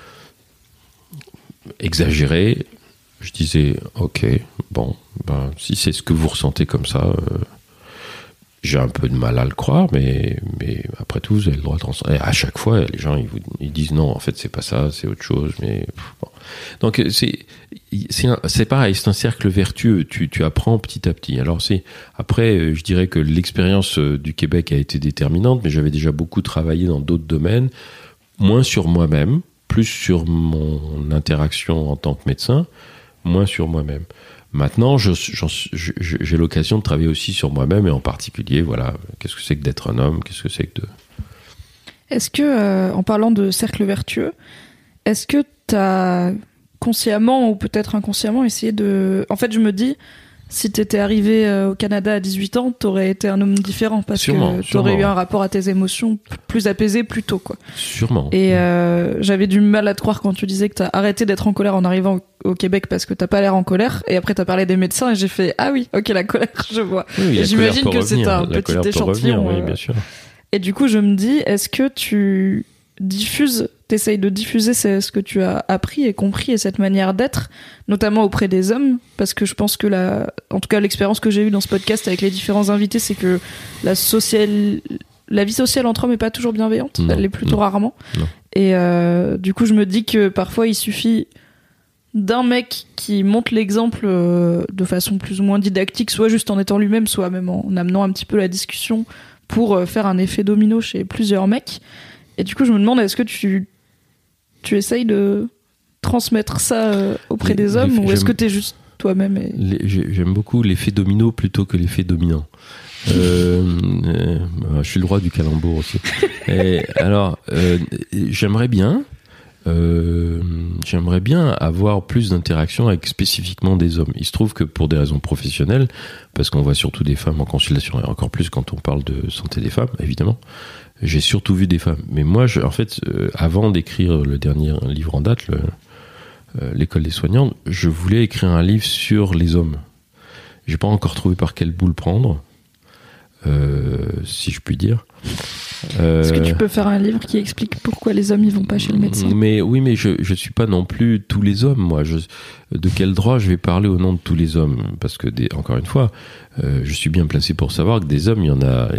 exagéré, je disais ok, si c'est ce que vous ressentez comme ça, j'ai un peu de mal à le croire, mais après tout, vous avez le droit de ressentir. Et à chaque fois, les gens ils disent non, en fait c'est pas ça, c'est autre chose. Mais bon. Donc c'est pareil, c'est un cercle vertueux. Tu apprends petit à petit. Alors après, je dirais que l'expérience du Québec a été déterminante, mais j'avais déjà beaucoup travaillé dans d'autres domaines, moins sur moi-même, plus sur mon interaction en tant que médecin, moins sur moi-même. Maintenant, j'ai l'occasion de travailler aussi sur moi-même et en particulier, voilà, qu'est-ce que c'est que d'être un homme, qu'est-ce que c'est que de... Est-ce que, en parlant de cercle vertueux, est-ce que t'as consciemment ou peut-être inconsciemment essayé de... En fait, je me dis, si t'étais arrivé au Canada à 18 ans, t'aurais été un homme différent parce que t'aurais eu un rapport à tes émotions plus apaisé plus tôt, quoi. Sûrement. Et j'avais du mal à te croire quand tu disais que t'as arrêté d'être en colère en arrivant au Québec parce que t'as pas l'air en colère. Et après t'as parlé des médecins et j'ai fait ah oui, ok, la colère, je vois. Oui, et j'imagine que c'est un petit échantillon. Oui, bien sûr. Et du coup, je me dis, est-ce que tu t'essayes de diffuser ce que tu as appris et compris et cette manière d'être, notamment auprès des hommes, parce que je pense que en tout cas l'expérience que j'ai eue dans ce podcast avec les différents invités, c'est que la vie sociale entre hommes est pas toujours bienveillante, elle l'est plutôt rarement. Non. Et du coup, je me dis que parfois il suffit d'un mec qui montre l'exemple de façon plus ou moins didactique, soit juste en étant lui-même, soit même en amenant un petit peu la discussion pour faire un effet domino chez plusieurs mecs. Et du coup, je me demande, est-ce que tu essayes de transmettre ça auprès des hommes ou est-ce que t'es juste toi-même J'aime beaucoup l'effet domino plutôt que l'effet dominant. Je suis le roi du calembour aussi. Et alors, j'aimerais bien avoir plus d'interactions avec spécifiquement des hommes. Il se trouve que pour des raisons professionnelles, parce qu'on voit surtout des femmes en consultation, et encore plus quand on parle de santé des femmes, évidemment, j'ai surtout vu des femmes. Mais moi, en fait, avant d'écrire le dernier livre en date, l'école des soignantes, je voulais écrire un livre sur les hommes. J'ai pas encore trouvé par quel bout le prendre, si je puis dire. Est-ce que tu peux faire un livre qui explique pourquoi les hommes ils vont pas chez le médecin ? Mais je suis pas non plus tous les hommes, moi. De quel droit je vais parler au nom de tous les hommes ? Parce que encore une fois, je suis bien placé pour savoir que des hommes, il y en a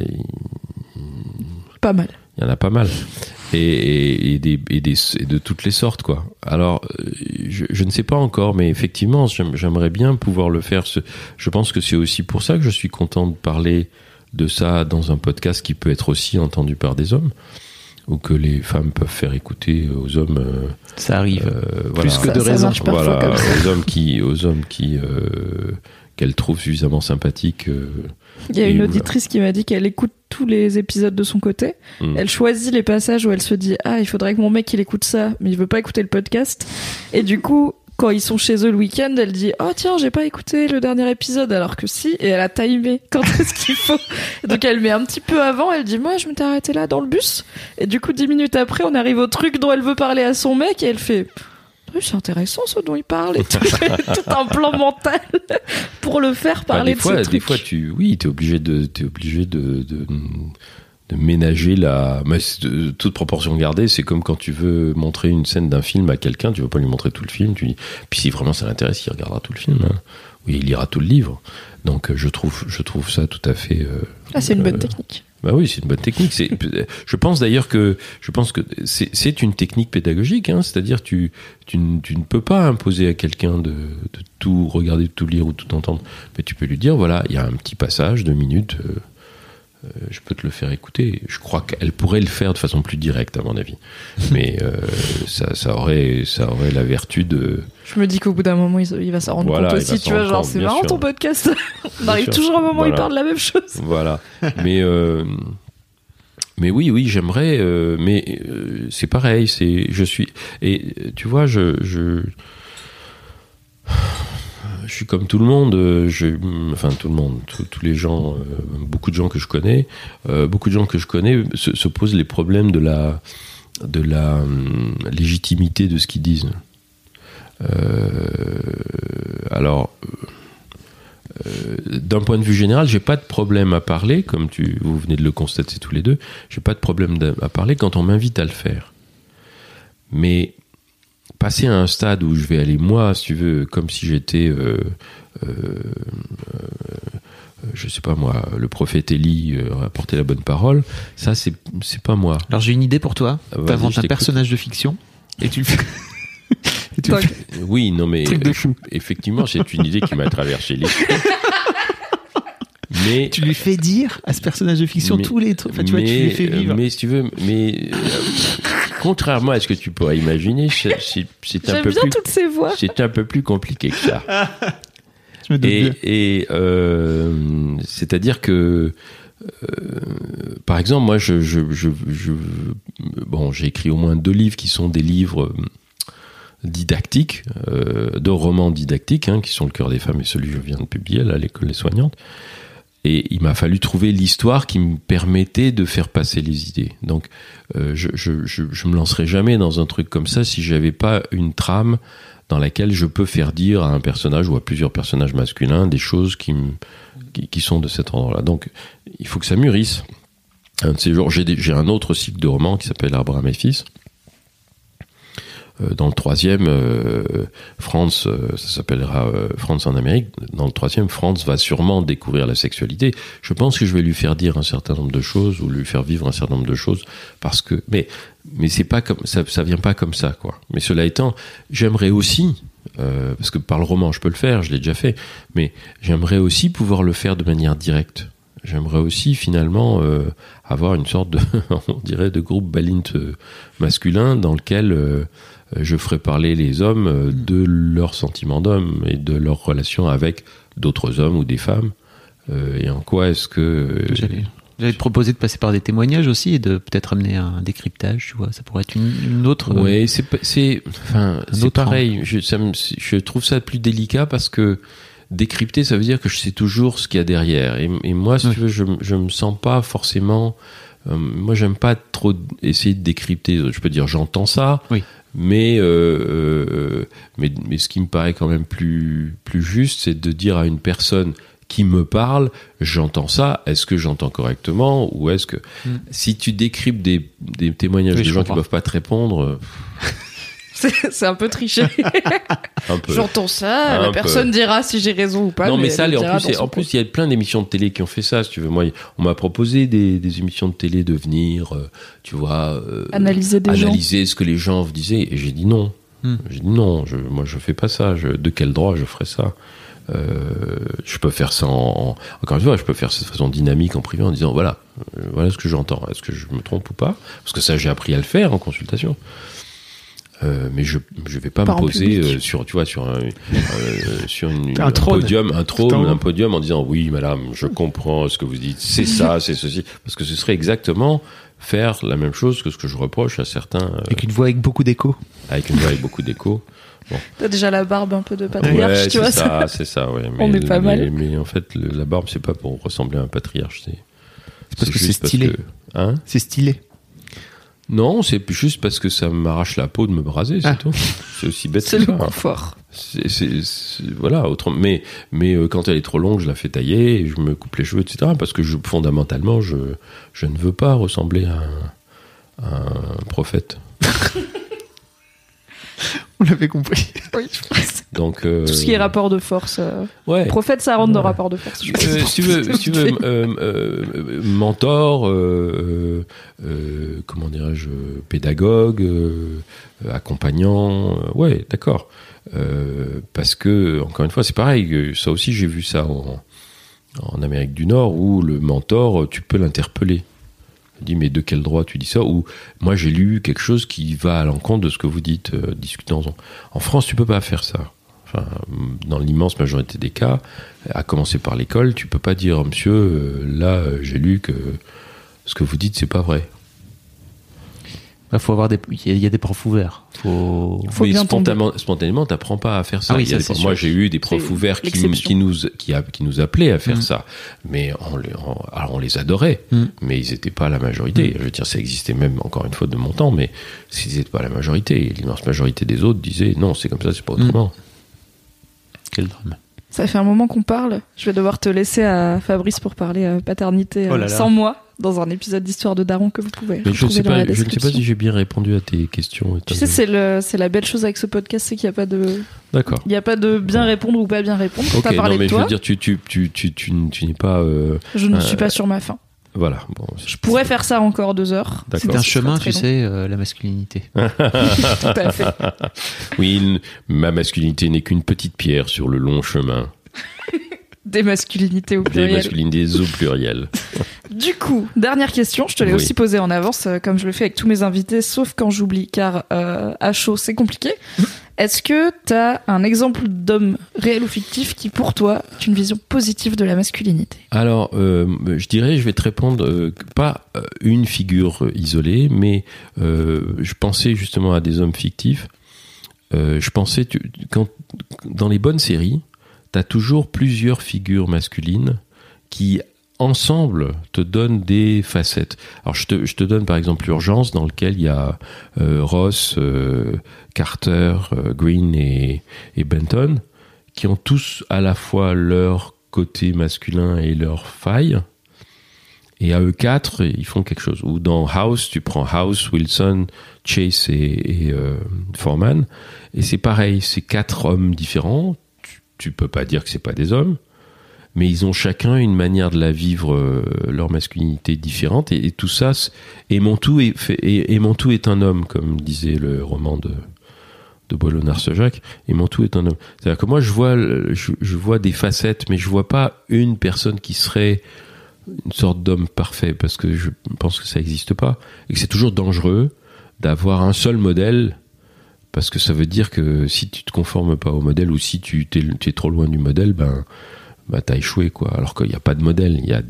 pas mal. Il y en a pas mal. Et de toutes les sortes, quoi. Alors, je ne sais pas encore, mais effectivement, j'aimerais bien pouvoir le faire. Je pense que c'est aussi pour ça que je suis content de parler de ça dans un podcast qui peut être aussi entendu par des hommes, ou que les femmes peuvent faire écouter aux hommes. Ça arrive. Voilà. Plus que de raison. Voilà, comme ça. aux hommes qui qu'elles trouvent suffisamment sympathiques. Il y a une auditrice qui m'a dit qu'elle écoute tous les épisodes de son côté. Elle choisit les passages où elle se dit il faudrait que mon mec il écoute ça, mais il veut pas écouter le podcast. Et du coup, quand ils sont chez eux le week-end, elle dit tiens, j'ai pas écouté le dernier épisode, alors que si, et elle a timé quand est-ce qu'il faut. Donc elle met un petit peu avant, elle dit moi je m'étais arrêtée là dans le bus, et du coup 10 minutes après on arrive au truc dont elle veut parler à son mec, et elle fait c'est intéressant ce dont il parle, et tout un plan mental pour le faire parler de ce truc. Des fois t'es obligé de ménager toute proportion gardée. C'est comme quand tu veux montrer une scène d'un film à quelqu'un, tu veux pas lui montrer tout le film, puis si vraiment ça l'intéresse, il regardera tout le film, hein. Oui, il lira tout le livre. Donc je trouve ça tout à fait c'est une bonne technique. Bah oui, c'est une bonne technique. Je pense que c'est une technique pédagogique, hein. C'est-à-dire tu ne peux pas imposer à quelqu'un de tout regarder, de tout lire ou tout entendre, mais tu peux lui dire voilà, il y a un petit passage 2 minutes, je peux te le faire écouter. Je crois qu'elle pourrait le faire de façon plus directe, à mon avis, mais ça aurait la vertu de... Je me dis qu'au bout d'un moment il va s'en rendre compte aussi, tu vois, genre c'est marrant ton podcast. On arrive toujours à un moment où il parle de la même chose. Voilà. Mais oui, j'aimerais, mais c'est pareil, et tu vois, je suis comme tout le monde, tout le monde, tous les gens, beaucoup de gens que je connais se posent les problèmes de la légitimité de ce qu'ils disent. D'un point de vue général, j'ai pas de problème à parler, comme vous venez de le constater tous les deux, j'ai pas de problème à parler quand on m'invite à le faire. Mais passer à un stade où je vais aller moi, si tu veux, comme si j'étais, je sais pas moi, le prophète Élie, apporter la bonne parole, ça c'est pas moi. Alors j'ai une idée pour toi. T'inventes un personnage de fiction et tu le fais. Oui, non mais effectivement, c'est une idée qui m'a traversé l'esprit. Mais tu lui fais dire à ce personnage de fiction tous les trucs. Enfin, tu lui fais vivre. Mais si tu veux, contrairement à ce que tu pourrais imaginer, c'est un peu plus. Toutes ces voix. C'est un peu plus compliqué que ça. Je me doute bien. C'est-à-dire que, par exemple, moi, j'ai écrit au moins 2 livres qui sont des livres didactiques, de romans didactiques, qui sont Le cœur des femmes et celui que je viens de publier à l'école des soignantes. Et il m'a fallu trouver l'histoire qui me permettait de faire passer les idées. Donc, je me lancerai jamais dans un truc comme ça si j'avais pas une trame dans laquelle je peux faire dire à un personnage ou à plusieurs personnages masculins des choses qui sont de cet ordre-là. Donc, il faut que ça mûrisse. Un de ces jours, j'ai un autre cycle de romans qui s'appelle Abraham et Fils. Dans le 3e, Franz, ça s'appellera Franz en Amérique. Dans le 3e, Franz va sûrement découvrir la sexualité. Je pense que je vais lui faire dire un certain nombre de choses ou lui faire vivre un certain nombre de choses parce que, mais c'est pas comme ça vient pas comme ça, quoi. Mais cela étant, j'aimerais aussi, parce que par le roman je peux le faire, je l'ai déjà fait, mais j'aimerais aussi pouvoir le faire de manière directe. J'aimerais aussi finalement avoir une sorte de, on dirait, de groupe Balint masculin dans lequel je ferai parler les hommes de leurs sentiments d'hommes et de leurs relations avec d'autres hommes ou des femmes. Et en quoi est-ce que... J'allais te proposer de passer par des témoignages aussi et de peut-être amener un décryptage, tu vois. Ça pourrait être une autre... Oui, c'est pareil. Je trouve ça plus délicat parce que décrypter, ça veut dire que je sais toujours ce qu'il y a derrière. Et moi, si tu veux, je me sens pas forcément... moi, j'aime pas trop essayer de décrypter. Je peux dire, j'entends ça... Oui. Mais ce qui me paraît quand même plus juste, c'est de dire à une personne qui me parle, j'entends ça, est-ce que j'entends correctement ou est-ce que... Si tu décryptes des témoignages de gens qui ne peuvent pas te répondre... C'est un peu triché. Un peu. J'entends ça, la personne dira si j'ai raison ou pas. Non, mais ça, en plus, il y a plein d'émissions de télé qui ont fait ça, si tu veux. Moi, on m'a proposé des émissions de télé de venir, tu vois, analyser ce que les gens disaient, et j'ai dit non. J'ai dit non, moi, je fais pas ça. De quel droit je ferais ça? Je peux faire ça encore une fois, je peux faire ça de façon dynamique en privé en disant voilà ce que j'entends. Est-ce que je me trompe ou pas? Parce que ça, j'ai appris à le faire en consultation. Mais je vais pas me poser sur un podium en disant oui madame, je comprends ce que vous dites, c'est ça, c'est ceci, parce que ce serait exactement faire la même chose que ce que je reproche à certains avec une voix avec beaucoup d'écho. Bon. T'as déjà la barbe un peu de patriarche, tu vois. C'est ça, ouais. On est pas mal. Mais en fait, la barbe, c'est pas pour ressembler à un patriarche, c'est parce que c'est stylé. C'est stylé. Non, c'est juste parce que ça m'arrache la peau de me braser, c'est tout. C'est aussi bête que ça. C'est le confort. Voilà, mais quand elle est trop longue, je la fais tailler, et je me coupe les cheveux, etc. Parce que fondamentalement, je ne veux pas ressembler à un prophète. On l'avait compris. Oui, je pense. Donc, tout ce qui est rapport de force. Prophète, ça rentre dans rapport de force. Si tu veux, mentor, comment dirais-je, pédagogue, accompagnant, ouais, d'accord. Parce que, encore une fois, c'est pareil. Ça aussi, j'ai vu ça en Amérique du Nord, où le mentor, tu peux l'interpeller. Il dit, mais de quel droit tu dis ça? Ou moi j'ai lu quelque chose qui va à l'encontre de ce que vous dites, discutons-en. En France, tu peux pas faire ça. Enfin, dans l'immense majorité des cas, à commencer par l'école, tu peux pas dire, monsieur, là j'ai lu que ce que vous dites c'est pas vrai. Faut avoir il y a des profs ouverts. Faut mais bien spontanément, t'apprends pas à faire ça. Ah oui, Il y a ça, c'est moi, sûr. j'ai eu des profs C'est ouverts qui nous appelaient à faire ça. Mais alors on les adorait, mais ils étaient pas la majorité. Je veux dire, ça existait même, encore une fois, de mon temps, mais ils étaient pas la majorité. L'immense majorité des autres disaient, non, c'est comme ça, c'est pas autrement. Quel drame. Ça fait un moment qu'on parle. Je vais devoir te laisser à Fabrice pour parler paternité sans moi dans un épisode d'Histoire de Daron que vous pouvez Mais je ne retrouver dans la sais description. pas si j'ai bien répondu à tes questions. Tu sais, c'est la belle chose avec ce podcast, c'est qu'il n'y a pas de... D'accord. Il n'y a pas de bien répondre ou pas bien répondre. Ok, T'as parlé non, mais de toi. je veux dire, tu n'es pas... Je ne suis pas sur ma faim. Voilà. Bon, Je pourrais faire ça encore 2 heures. D'accord. C'est un chemin, très tu long. sais, la masculinité. Tout à fait. Oui, ma masculinité n'est qu'une petite pierre sur le long chemin. Des masculinités au Des pluriel. masculinités au pluriel. Du coup, dernière question, je te l'ai Oui. aussi posée en avance, comme je le fais avec tous mes invités, sauf quand j'oublie, car à chaud, c'est compliqué. Est-ce que t'as un exemple d'homme réel ou fictif qui, pour toi, est une vision positive de la masculinité ? Alors, je dirais, je vais te répondre, pas une figure isolée, mais je pensais justement à des hommes fictifs. Je pensais, quand dans les bonnes séries, t'as toujours plusieurs figures masculines qui, ensemble, te donnent des facettes. Alors, je te donne par exemple Urgence, dans lequel il y a Ross, Carter, Green et Benton, qui ont tous à la fois leur côté masculin et leur faille. Et à eux quatre, ils font quelque chose. Ou dans House, tu prends House, Wilson, Chase et Foreman. Et c'est pareil, c'est 4 hommes différents. Tu peux pas dire que c'est pas des hommes, mais ils ont chacun une manière de la vivre, leur masculinité différente, et tout ça, et Montou est un homme, comme disait le roman de Boileau-Narcejac, et Montou est un homme. C'est-à-dire que moi, je vois des facettes, mais je vois pas une personne qui serait une sorte d'homme parfait, parce que je pense que ça n'existe pas, et que c'est toujours dangereux d'avoir un seul modèle. Parce que ça veut dire que si tu te conformes pas au modèle, ou si tu es trop loin du modèle, ben t'as échoué, quoi. Alors qu'il n'y a pas de modèle, il y a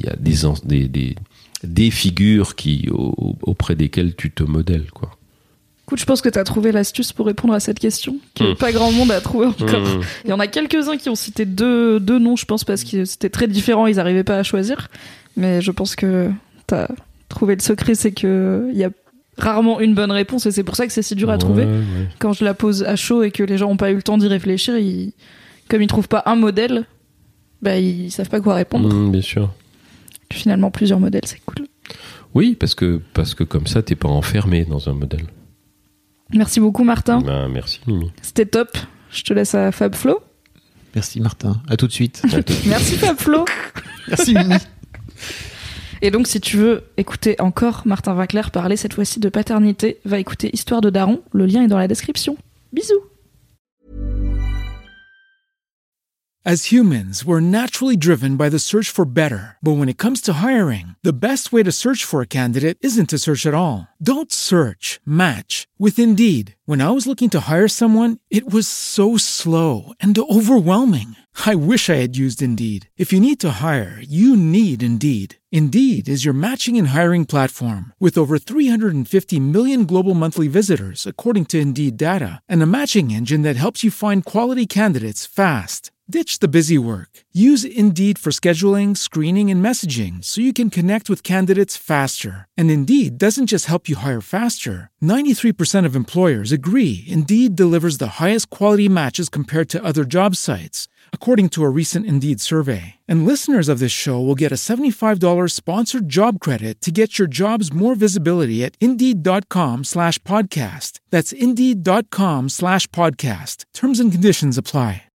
des figures auprès desquelles tu te modèles, quoi. Écoute, je pense que t'as trouvé l'astuce pour répondre à cette question, que pas grand monde a trouvé encore. Il y en a quelques-uns qui ont cité deux noms, je pense, parce que c'était très différent, ils n'arrivaient pas à choisir. Mais je pense que t'as trouvé le secret, c'est qu'il y a rarement une bonne réponse, et c'est pour ça que c'est si dur à trouver. Ouais. Quand je la pose à chaud et que les gens n'ont pas eu le temps d'y réfléchir, comme ils trouvent pas un modèle, ils savent pas quoi répondre. Bien sûr. Finalement, plusieurs modèles, c'est cool. Oui, parce que comme ça, t'es pas enfermé dans un modèle. Merci beaucoup, Martin. Merci, Mimi. C'était top. Je te laisse à Fab Flo. Merci Martin, à tout de suite. Merci Fab Flo. Merci Mimi. Et donc, si tu veux écouter encore Martin Winkler parler cette fois-ci de paternité, va écouter Histoire de Daron. Le lien est dans la description. Bisous. As humans, we're naturally driven by the search for better. But when it comes to hiring, the best way to search for a candidate isn't to search at all. Don't search, match with Indeed. When I was looking to hire someone, it was so slow and overwhelming. I wish I had used Indeed. If you need to hire, you need Indeed. Indeed is your matching and hiring platform with over 350 million global monthly visitors, according to Indeed data, and a matching engine that helps you find quality candidates fast. Ditch the busy work. Use Indeed for scheduling, screening, and messaging so you can connect with candidates faster. And Indeed doesn't just help you hire faster. 93% of employers agree Indeed delivers the highest quality matches compared to other job sites, according to a recent Indeed survey. And listeners of this show will get a $75 sponsored job credit to get your jobs more visibility at Indeed.com/podcast. That's Indeed.com/podcast. Terms and conditions apply.